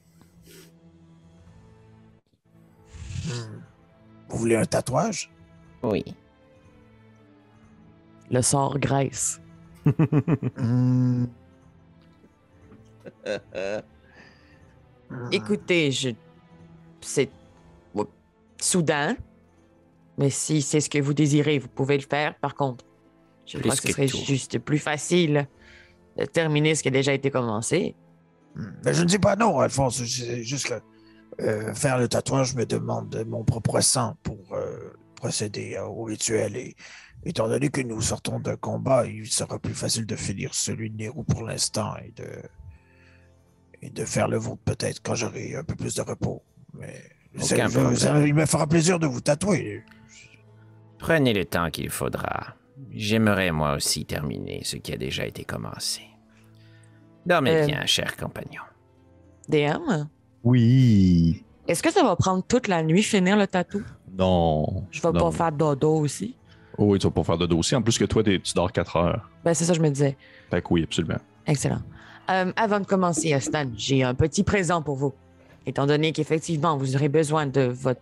Vous voulez un tatouage? Oui. Le sort Grèce. Hmm. Écoutez, c'est soudain, mais si c'est ce que vous désirez, vous pouvez le faire. Par contre, je Plus crois que ce que serait tout. juste plus facile de terminer ce qui a déjà été commencé. Mais je ne dis pas non, Alphonse. C'est juste que faire le tatouage me demande mon propre sang pour procéder au rituel. Et étant donné que nous sortons d'un combat, il sera plus facile de finir celui de Nero pour l'instant et de faire le vôtre peut-être quand j'aurai un peu plus de repos. Mais Aucun problème. il me fera plaisir de vous tatouer. Prenez le temps qu'il faudra. J'aimerais moi aussi terminer ce qui a déjà été commencé. Dormez bien, cher compagnon. DM, Oui. est-ce que ça va prendre toute la nuit finir le tatou? Non. Je vais non. pas faire dodo aussi. Oh oui, tu vas pas faire de dossier. En plus que toi, tu dors 4 heures. Ben, c'est ça que je me disais. Fait que oui, absolument. Excellent. Avant de commencer, Stan, j'ai un petit présent pour vous. Étant donné qu'effectivement, vous aurez besoin de votre...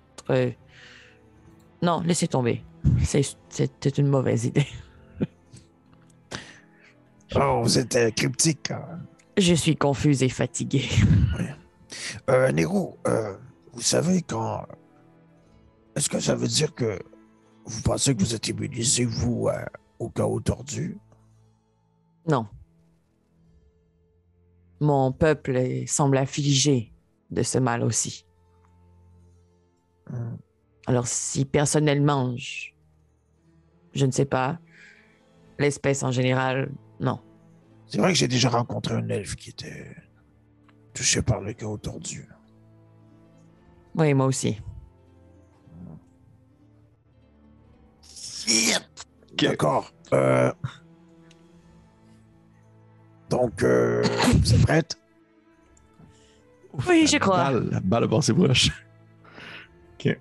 Non, laissez tomber. C'était une mauvaise idée. Oh, vous êtes cryptique. Je suis confuse et fatiguée. Nero, vous savez quand... Est-ce que ça veut dire que vous pensez que vous êtes immunisé, vous, au chaos tordu? Non. Mon peuple semble affligé de ce mal aussi. Alors, si personnellement, je ne sais pas, l'espèce en général, non. C'est vrai que j'ai déjà rencontré un elfe qui était touché par le chaos tordu. Oui, moi aussi. D'accord. Donc, vous êtes prête? Oui, je crois. Balle à passer proche. OK.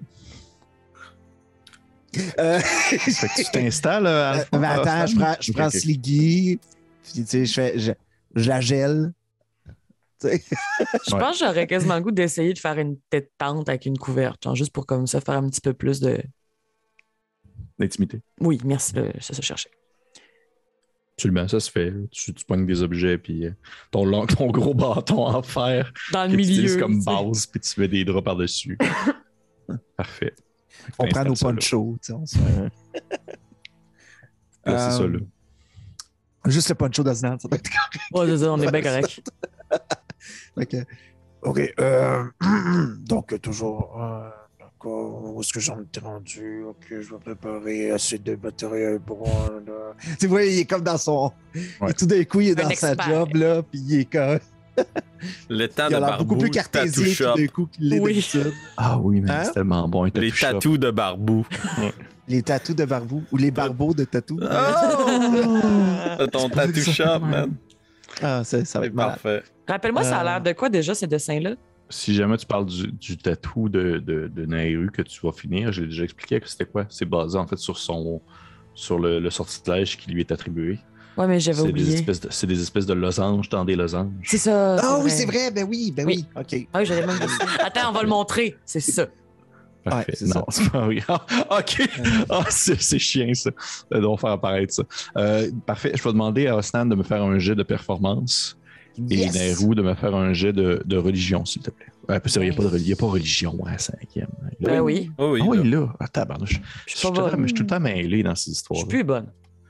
Fait que tu t'installes, Alphonse? Mais attends, je prends Ok. Sliggy, puis tu sais, je la gèle. Tu sais. Je pense que j'aurais quasiment le goût d'essayer de faire une tête tente avec une couverte, genre juste pour comme ça faire un petit peu plus de... D'intimité. Oui, merci, c'est ça que je cherchais. Absolument, ça se fait. Tu pognes des objets, puis ton gros bâton en fer Dans que le tu utilises milieu. comme tu sais. base, puis tu mets des draps par-dessus. Parfait. Fait que On prend nos t'installes ça, là. ponchos. Tu sais, on se fait- Là, c'est ça, là. Juste le poncho d'Osnan, ça doit être correct. Ouais, c'est ça, on est bien correct. Fait que, OK. Donc, toujours... d'accord. Où est-ce que j'en étais rendu? OK, je vais préparer assez de matériel pour... tu vois, il est comme dans son. Ouais. Et tout d'un coup, il est Un dans sa expert. job, là, puis il est comme. Le temps Il de a l'air Barbou, beaucoup plus tattoo cartésien shop. tout d'un coup qu'il l'est Oui. d'habitude. Ah oui, mais Hein? c'est tellement bon. Un Les tattoo shop. tatous de Barbou. Les tatous de Barbou ou les barbeaux de tatou. Oh! Ton tattoo shop, man. Ah, ça va C'est être malade. parfait. Rappelle-moi, ça a l'air de quoi déjà, ces dessins-là? Si jamais tu parles du tatou de Nairu que tu vas finir, j'ai déjà expliqué que c'était quoi. C'est basé en fait sur le sortilège qui lui est attribué. Ouais, mais j'avais oublié. C'est des espèces de losanges dans des losanges. C'est ça. Ah oui, c'est vrai, ben oui, Oui. OK. Ah oui, j'avais même dit. Attends, on va le montrer. C'est ça. Parfait. Ouais, c'est Non, c'est pas vrai. Ah, OK. Ah, c'est chiant, ça. On va faire apparaître ça. Parfait. Je vais demander à Osnan de me faire un jet de performance et Yes! Nairu de me faire un jet de religion, s'il te plaît. C'est vrai, il n'y a pas religion à la 5e. Ben oui. Oh oui, Ah oui, là. là. Ah, tabarnouche. Je Je suis suis pas bonne. tout le temps mêlé dans ces Je histoires. suis plus bonne.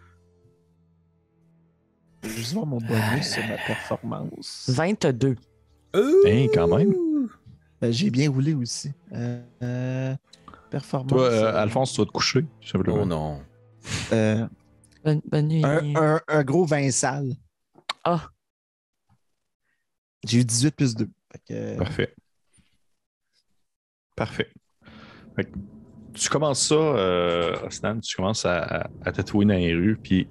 Je vais juste voir mon bonus sur ma performance. 22. Hein, quand même. Ben, j'ai bien roulé aussi. Performance. Toi, Alphonse, tu vas te coucher. Simplement. Oh non. Bonne nuit. Un gros 20 sales. Ah. J'ai eu 18 plus 2. Fait que, Parfait. Parfait. Fait que tu commences ça, Osnan, tu commences à tatouer dans les rues, puis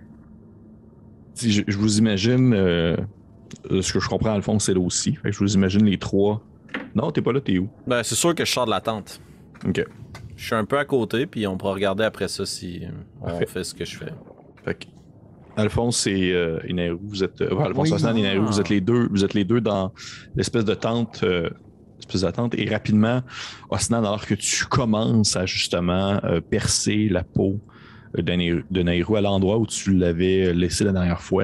je vous imagine, ce que je comprends, Alphonse, c'est là aussi. Fait que je vous imagine les trois. Non, t'es pas là, t'es où? Ben, c'est sûr que je sors de la tente. Ok. Je suis un peu à côté, puis on pourra regarder après ça si on Parfait. fait ce que je fais. Fait que Alphonse et Inaru, vous êtes. Alphonse, Oui. Osnan et Inaru, vous êtes les deux dans l'espèce de tente. Et rapidement, Osnan, alors que tu commences à justement percer la peau de Nairou à l'endroit où tu l'avais laissé la dernière fois,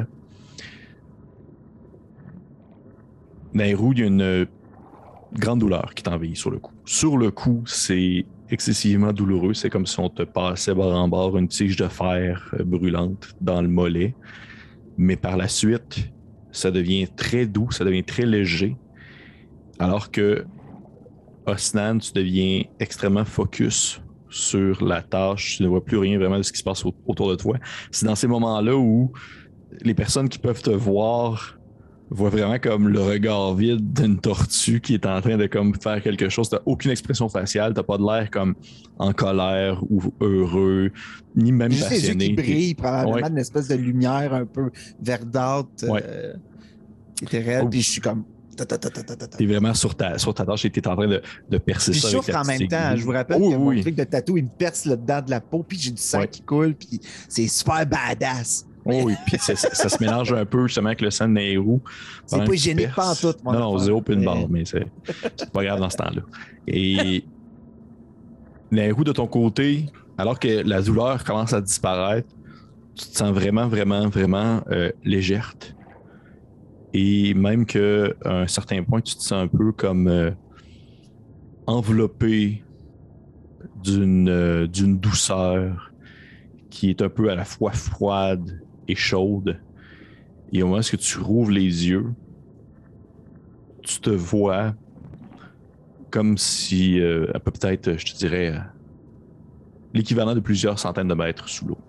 Nairou, il y a une grande douleur qui t'envahit sur le coup. Sur le coup, c'est excessivement douloureux. C'est comme si on te passait bord en bord une tige de fer brûlante dans le mollet. Mais par la suite, ça devient très doux, ça devient très léger. Alors que Osnan, tu deviens extrêmement focus sur la tâche. Tu ne vois plus rien vraiment de ce qui se passe autour de toi. C'est dans ces moments-là où les personnes qui peuvent te voir voient vraiment comme le regard vide d'une tortue qui est en train de comme faire quelque chose. Tu n'as aucune expression faciale, tu n'as pas de l'air comme en colère ou heureux, ni même Juste les yeux passionné. qui brillent, probablement Ouais. d'une espèce de lumière un peu verdâtre, Ouais. éthérale, Oh. puis je suis comme... Tu es vraiment sur ta tâche et tu es en train de percer Puis ça je avec souffre ta en même petite temps. aiguille. Je vous rappelle Oh, que mon oui. truc de tatou, il me perce le dedans de la peau, puis j'ai du sang Ouais. qui coule, puis c'est super badass. Oh oui, puis ça se mélange un peu justement avec le sang de Nairou. C'est pas hygiénique pas en tout, mon Non, affaire. zéro pin barre, mais c'est pas grave dans ce temps-là. Et Nairou, de ton côté, alors que la douleur commence à disparaître, tu te sens vraiment, vraiment, vraiment légère. Et même qu'à un certain point, tu te sens un peu comme enveloppé d'une douceur qui est un peu à la fois froide et chaude. Et au moment où tu rouvres les yeux, tu te vois comme si, peut-être, je te dirais, l'équivalent de plusieurs centaines de mètres sous l'eau.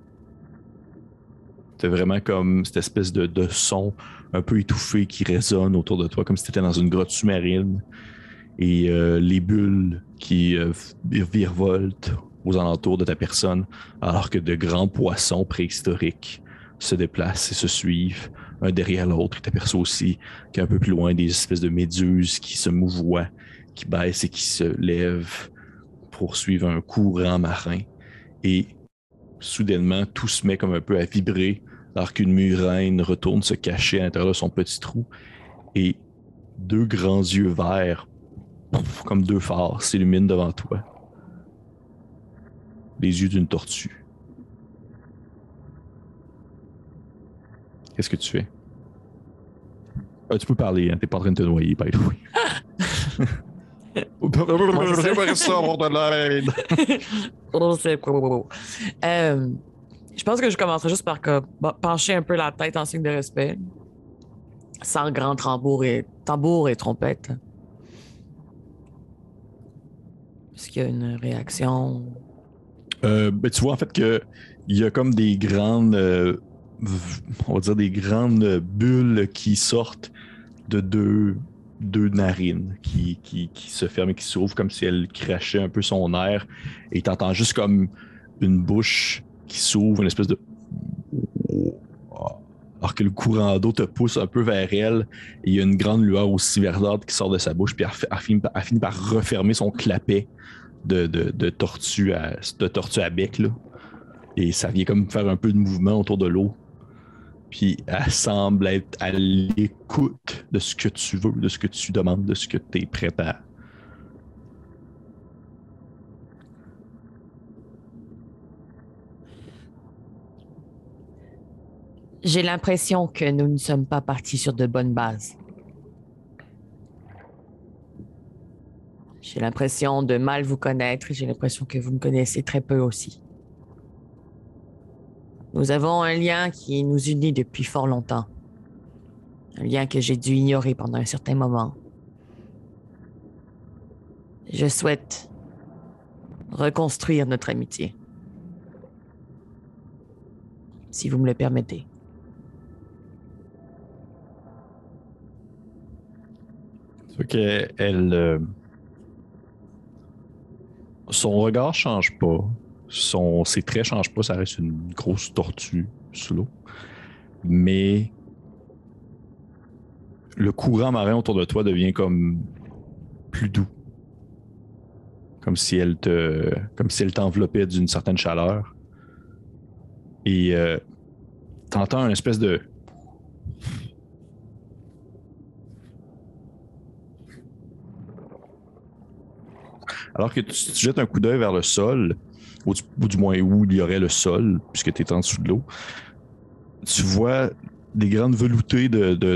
C'est vraiment comme cette espèce de son un peu étouffé qui résonne autour de toi, comme si tu étais dans une grotte sous-marine. Et les bulles qui virevoltent aux alentours de ta personne, alors que de grands poissons préhistoriques se déplacent et se suivent un derrière l'autre. Tu aperçois aussi qu'un peu plus loin, des espèces de méduses qui se mouvoient, qui baissent et qui se lèvent pour suivre un courant marin. Et soudainement, tout se met comme un peu à vibrer, alors qu'une murène retourne se cacher à l'intérieur de son petit trou. Et deux grands yeux verts, comme deux phares, s'illuminent devant toi. Les yeux d'une tortue. Qu'est-ce que tu fais? Tu peux parler, hein? T'es pas en train de te noyer, by the way. Je pense que je commencerai juste par pencher un peu la tête en signe de respect. Sans grand tambour et trompette. Est-ce qu'il y a une réaction? Ben, tu vois en fait qu'il y a comme des grandes, on va dire des grandes bulles qui sortent de deux narines qui se ferment et qui s'ouvrent comme si elles crachaient un peu son air. Et tu entends juste comme une bouche qui s'ouvre, une espèce de... Alors que le courant d'eau te pousse un peu vers elle, et il y a une grande lueur aussi verdâtre qui sort de sa bouche, puis elle finit par refermer son clapet de tortue à bec, là. Et ça vient comme faire un peu de mouvement autour de l'eau. Puis elle semble être à l'écoute de ce que tu veux, de ce que tu demandes, de ce que tu es prêt à... J'ai l'impression que nous ne sommes pas partis sur de bonnes bases. J'ai l'impression de mal vous connaître et j'ai l'impression que vous me connaissez très peu aussi. Nous avons un lien qui nous unit depuis fort longtemps. Un lien que j'ai dû ignorer pendant un certain moment. Je souhaite reconstruire notre amitié. Si vous me le permettez. C'est qu'elle Son regard change pas. Ses traits changent pas. Ça reste une grosse tortue sous l'eau. Mais le courant marin autour de toi devient comme plus doux. Comme si elle t'enveloppait d'une certaine chaleur. Et t'entends une espèce de... Alors que tu jettes un coup d'œil vers le sol, ou du moins où il y aurait le sol, puisque tu es en dessous de l'eau, tu vois des grandes veloutées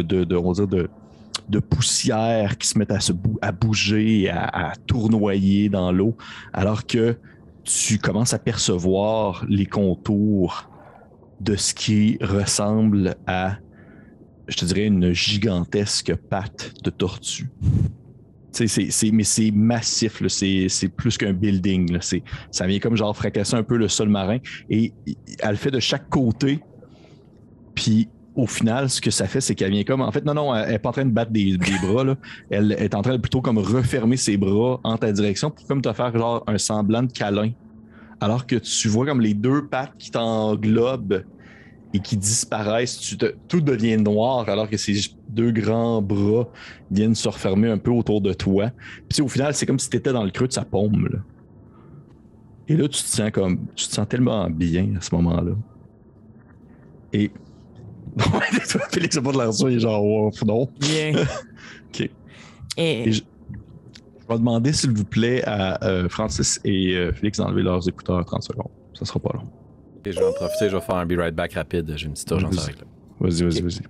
de poussière qui se mettent à bouger, à tournoyer dans l'eau, alors que tu commences à percevoir les contours de ce qui ressemble à, je te dirais, une gigantesque patte de tortue. Mais c'est massif, là. C'est plus qu'un building. Là. Ça vient comme genre fracasser un peu le sol marin et elle le fait de chaque côté. Puis au final, ce que ça fait, c'est qu'elle vient comme... En fait, non, elle n'est pas en train de battre des bras. Là. Elle est en train de plutôt comme refermer ses bras en ta direction pour comme te faire genre un semblant de câlin. Alors que tu vois comme les deux pattes qui t'englobent et qui disparaissent, tout devient noir alors que ces deux grands bras viennent se refermer un peu autour de toi. Puis au final, c'est comme si tu étais dans le creux de sa paume. Là. Et là, tu te sens tellement bien à ce moment-là. Et... Félix n'a pas de l'air sûr, il est genre, wow, non. Bien. OK. Et je vais demander, s'il vous plaît, à Francis et Félix d'enlever leurs écouteurs 30 secondes. Ça sera pas long. Et je vais en profiter, je vais faire un be right back rapide. J'ai une petite urgence avec là. Vas-y.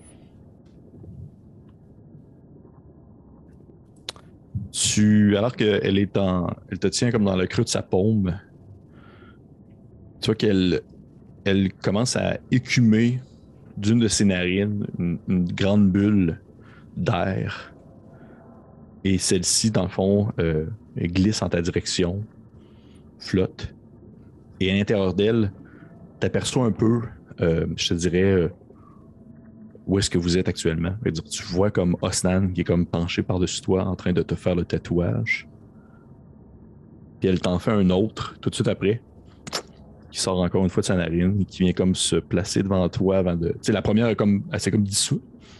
Alors qu'elle elle te tient comme dans le creux de sa paume, tu vois qu'elle commence à écumer d'une de ses narines une grande bulle d'air. Et celle-ci, dans le fond, elle glisse en ta direction, flotte. Et à l'intérieur d'elle, t'aperçois un peu, je te dirais, où est-ce que vous êtes actuellement. Tu vois comme Osnan qui est comme penché par-dessus toi en train de te faire le tatouage. Puis elle t'en fait un autre tout de suite après, qui sort encore une fois de sa narine et qui vient comme se placer devant toi avant de... Tu sais, la première elle s'est comme dissous.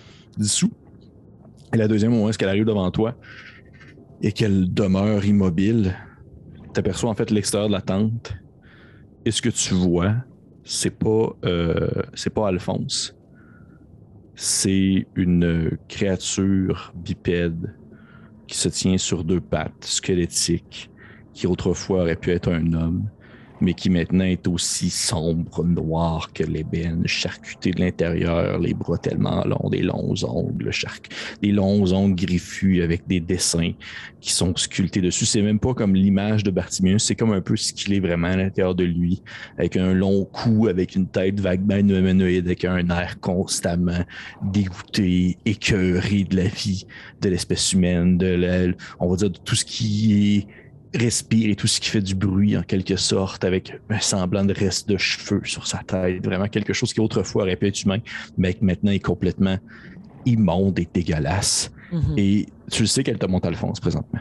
Et la deuxième, au moment où elle arrive devant toi et qu'elle demeure immobile, t'aperçois en fait l'extérieur de la tente. Et ce que tu vois, c'est pas Alphonse. C'est une créature bipède qui se tient sur deux pattes, squelettique, qui autrefois aurait pu être un homme, mais qui maintenant est aussi sombre, noir que l'ébène, charcuté de l'intérieur, les bras tellement longs, des longs ongles, des longs ongles griffus avec des dessins qui sont sculptés dessus. C'est même pas comme l'image de Bartiméus, c'est comme un peu ce qu'il est vraiment à l'intérieur de lui, avec un long cou, avec une tête vaguement humanoïde, avec un air constamment dégoûté, écœuré de la vie, de l'espèce humaine, on va dire de tout ce qui est respire et tout ce qui fait du bruit en quelque sorte, avec un semblant de reste de cheveux sur sa tête, vraiment quelque chose qui autrefois aurait pu être humain, mais qui maintenant est complètement immonde et dégueulasse. Mm-hmm. Et tu sais qu'elle te monte Alphonse présentement.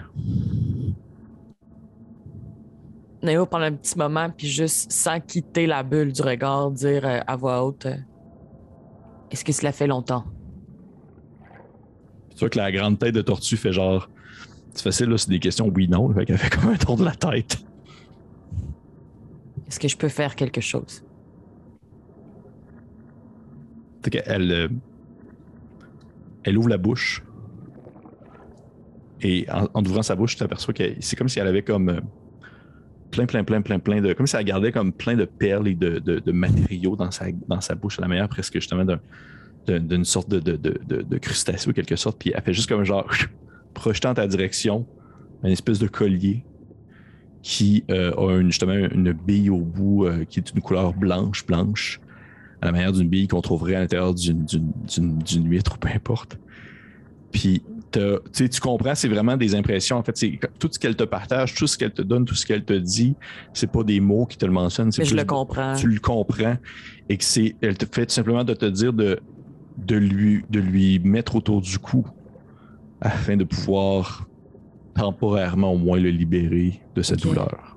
Néo pendant un petit moment, puis juste sans quitter la bulle du regard, dire à voix haute est-ce que cela fait longtemps? C'est sûr que la grande tête de tortue fait genre c'est facile, là, c'est des questions oui-non. Elle fait comme un tour de la tête. Est-ce que je peux faire quelque chose? Elle ouvre la bouche. Et en ouvrant sa bouche, tu t'aperçois que c'est comme si elle avait comme plein de... Comme si elle gardait comme plein de perles et de matériaux dans sa bouche, à la manière presque justement d'une sorte de crustacé ou quelque sorte. Puis elle fait juste comme genre... projetant en ta direction une espèce de collier qui a justement une bille au bout qui est d'une couleur blanche, à la manière d'une bille qu'on trouverait à l'intérieur d'une huître ou peu importe. Puis tu comprends, c'est vraiment des impressions. En fait, c'est tout ce qu'elle te partage, tout ce qu'elle te donne, tout ce qu'elle te dit, c'est pas des mots qui te le mentionnent. Mais je le comprends. Tu le comprends et que elle te fait tout simplement de te dire de lui mettre autour du cou afin de pouvoir temporairement au moins le libérer de cette douleur.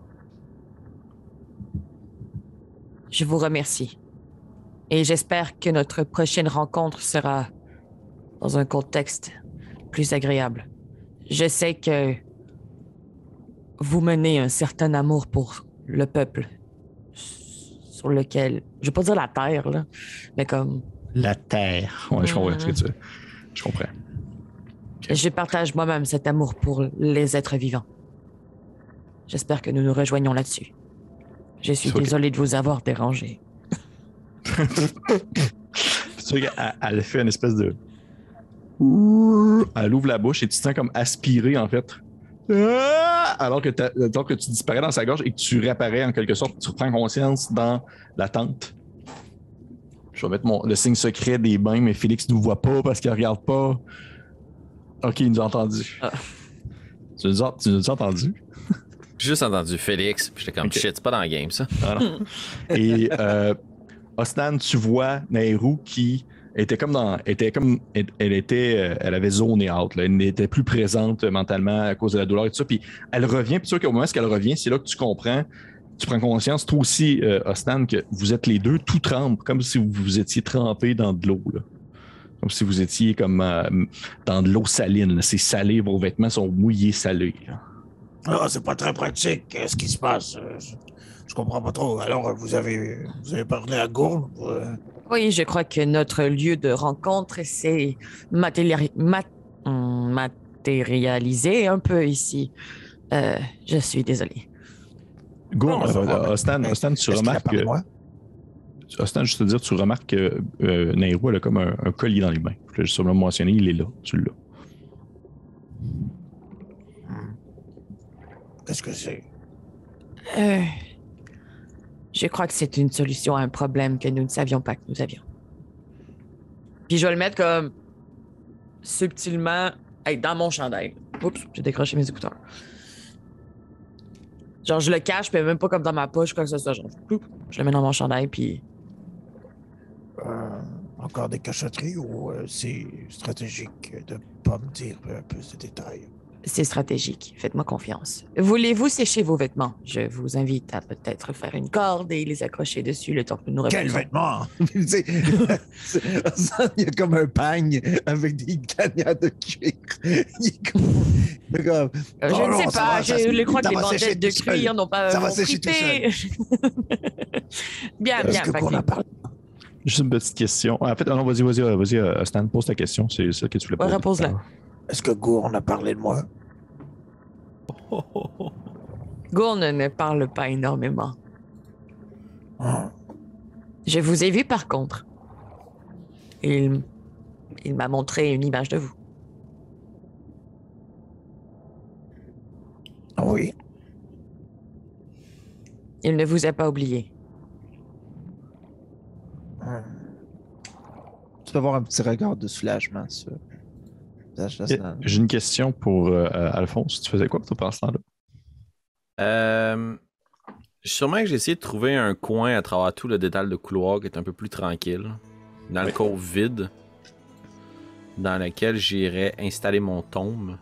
Je vous remercie. Et j'espère que notre prochaine rencontre sera dans un contexte plus agréable. Je sais que vous menez un certain amour pour le peuple sur lequel... Je vais pas dire la terre, là, mais comme... La terre. Ouais, je comprends ce que tu veux. Je comprends. Je partage moi-même cet amour pour les êtres vivants. J'espère que nous nous rejoignons là-dessus. Je suis désolé de vous avoir dérangé. Tu vois qu'elle fait une espèce de... Elle ouvre la bouche et tu te sens comme aspirer, en fait. Alors que tu disparais dans sa gorge et que tu réapparais en quelque sorte, tu reprends conscience dans la tente. Je vais mettre le signe secret des bains, mais Félix ne nous voit pas parce qu'il ne regarde pas. Ok, il nous a entendu. Tu nous as entendu? J'ai juste entendu Félix, puis j'étais comme shit, c'est pas dans le game ça. Ah, non. Et Osnan, tu vois Nairou qui était comme elle avait zoné out, là. Elle n'était plus présente mentalement à cause de la douleur et tout ça. Puis elle revient, puis sûr qu'au moment où elle revient, c'est là que tu comprends, tu prends conscience, toi aussi, Osnan, que vous êtes les deux tout trempes, comme si vous étiez trempés dans de l'eau, là. Comme si vous étiez comme dans de l'eau saline, là. C'est salé, vos vêtements sont mouillés salés, là. Ah, c'est pas très pratique. Qu'est-ce qui se passe? Je comprends pas trop. Alors, vous avez parlé à Gourne? Oui, je crois que notre lieu de rencontre s'est matérialisé un peu ici. Je suis désolé. Gourne, Osnan, tu remarques que... Osnan, juste te dire, tu remarques que Nairou, elle a comme un collier dans les mains. Je vais juste le mentionner, il est là, tu l'as. Qu'est-ce que c'est? Je crois que c'est une solution à un problème que nous ne savions pas que nous avions. Puis je vais le mettre comme subtilement dans mon chandail. Oups, j'ai décroché mes écouteurs. Genre, je le cache, mais même pas comme dans ma poche, quoi que ce soit. Genre, je le mets dans mon chandail, puis... Encore des cachotteries ou c'est stratégique de pas me dire plus de détails? C'est stratégique. Faites-moi confiance. Voulez-vous sécher vos vêtements? Je vous invite à peut-être faire une corde et les accrocher dessus le temps que nous reposons. Quels vêtements? Il y a comme un pagne avec des gagnants de cuir. Il est comme... je ne sais pas. Je crois que les bandelettes de cuir n'ont pas... Ça va sécher tout seul. Bien. Juste une petite question. En fait, non, vas-y, Stan, pose ta question. C'est ça que tu voulais poser. Repose-la. Est-ce que Gourne a parlé de moi? Gourne ne parle pas énormément. Je vous ai vu par contre. Il m'a montré une image de vous. Oui. Il ne vous a pas oublié. Tu peux avoir un petit regard de soulagement sur le visage d'Osnan. J'ai une question pour Alphonse. Tu faisais quoi pour ton temps-là? Sûrement que j'ai essayé de trouver un coin à travers tout le détail de couloir qui est un peu plus tranquille. Dans le cours vide. Dans lequel j'irais installer mon tombe.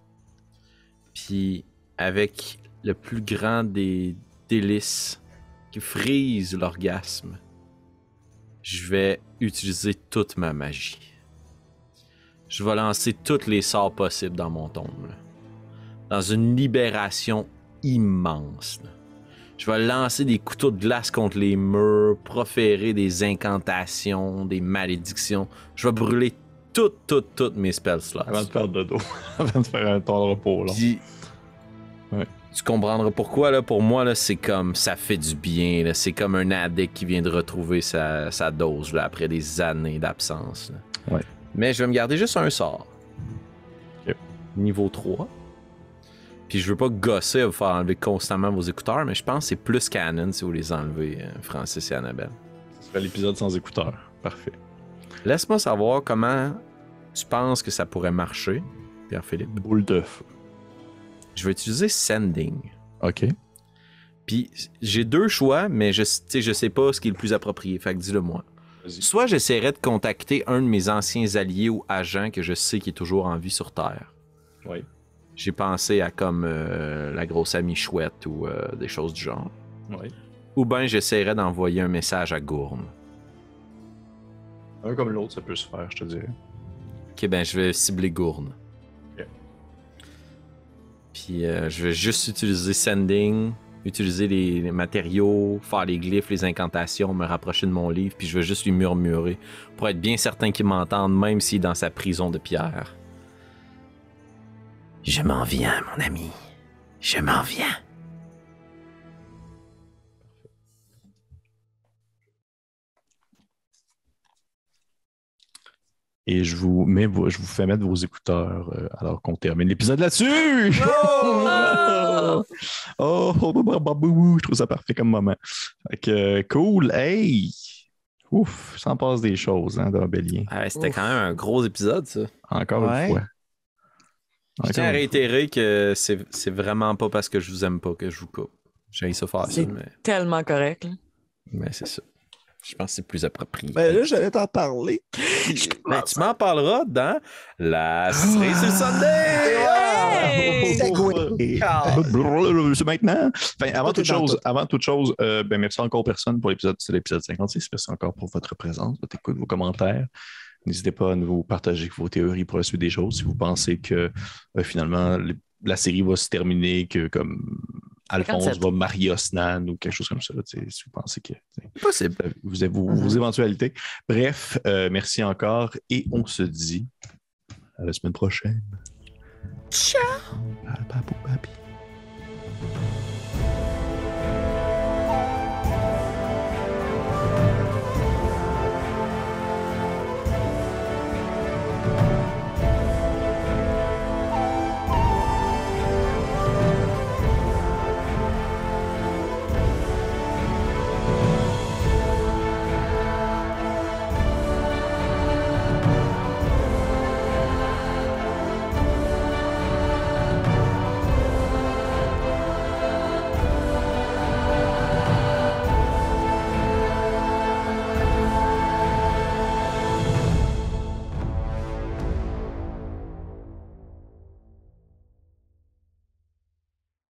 Puis avec le plus grand des délices qui frise l'orgasme, je vais utiliser toute ma magie. Je vais lancer tous les sorts possibles dans mon tombe. Là. Dans une libération immense. Là. Je vais lancer des couteaux de glace contre les murs, proférer des incantations, des malédictions. Je vais brûler toutes mes spell slots. Avant de faire dodo. Avant de faire un temps de repos. Là. Puis, tu comprendras pourquoi, là, pour moi, là, c'est comme, ça fait du bien, là. C'est comme un addict qui vient de retrouver sa dose, là, après des années d'absence. Ouais. Mais je vais me garder juste un sort. Okay. Niveau 3. Puis je veux pas gosser à vous faire enlever constamment vos écouteurs, mais je pense que c'est plus canon si vous les enlevez, Francis et Annabelle. Ce serait l'épisode sans écouteurs. Parfait. Laisse-moi savoir comment tu penses que ça pourrait marcher, Pierre-Philippe. Boule d'œuf. Je vais utiliser Sending. OK. Puis j'ai deux choix, mais je sais pas ce qui est le plus approprié. Fait que dis-le moi. Vas-y. Soit j'essaierai de contacter un de mes anciens alliés ou agents que je sais qui est toujours en vie sur Terre. Oui. J'ai pensé à comme la grosse amie chouette ou des choses du genre. Oui. Ou bien j'essaierais d'envoyer un message à Gourne. Un comme l'autre, ça peut se faire, je te dirais. Ok, ben je vais cibler Gourne. Ok. Puis je vais juste utiliser Sending, utiliser les matériaux, faire les glyphes, les incantations, me rapprocher de mon livre, puis je vais juste lui murmurer pour être bien certain qu'il m'entende, même s'il est dans sa prison de pierre. Je m'en viens, mon ami. Je m'en viens. Et je vous fais mettre vos écouteurs alors qu'on termine l'épisode là-dessus. Je trouve ça parfait comme moment. Fait que, cool. Hey! Ouf, ça en passe des choses hein, dans Bélien. Ah, c'était quand même un gros épisode, ça. Encore une fois. Je tiens à réitérer que c'est vraiment pas parce que je vous aime pas que je vous coupe. J'ai ça faire ça, C'est mais tellement correct. Là. mais c'est ça. Je pense que c'est plus approprié. Ben là, j'allais t'en parler. Ben, tu m'en parleras dans la cerise sur le Sunday! Hey! C'est maintenant. Enfin, avant toute chose, ben, merci encore aux personnes pour l'épisode 56. Merci encore pour votre présence, votre écoute, vos commentaires. N'hésitez pas à nous partager vos théories pour la suite des choses. Si vous pensez que finalement la série va se terminer, que comme Alphonse 57. va marier Osnan ou quelque chose comme ça, là, si vous pensez que Possible. vous avez vos éventualités. Bref, merci encore et on se dit à la semaine prochaine. Ciao! Papi.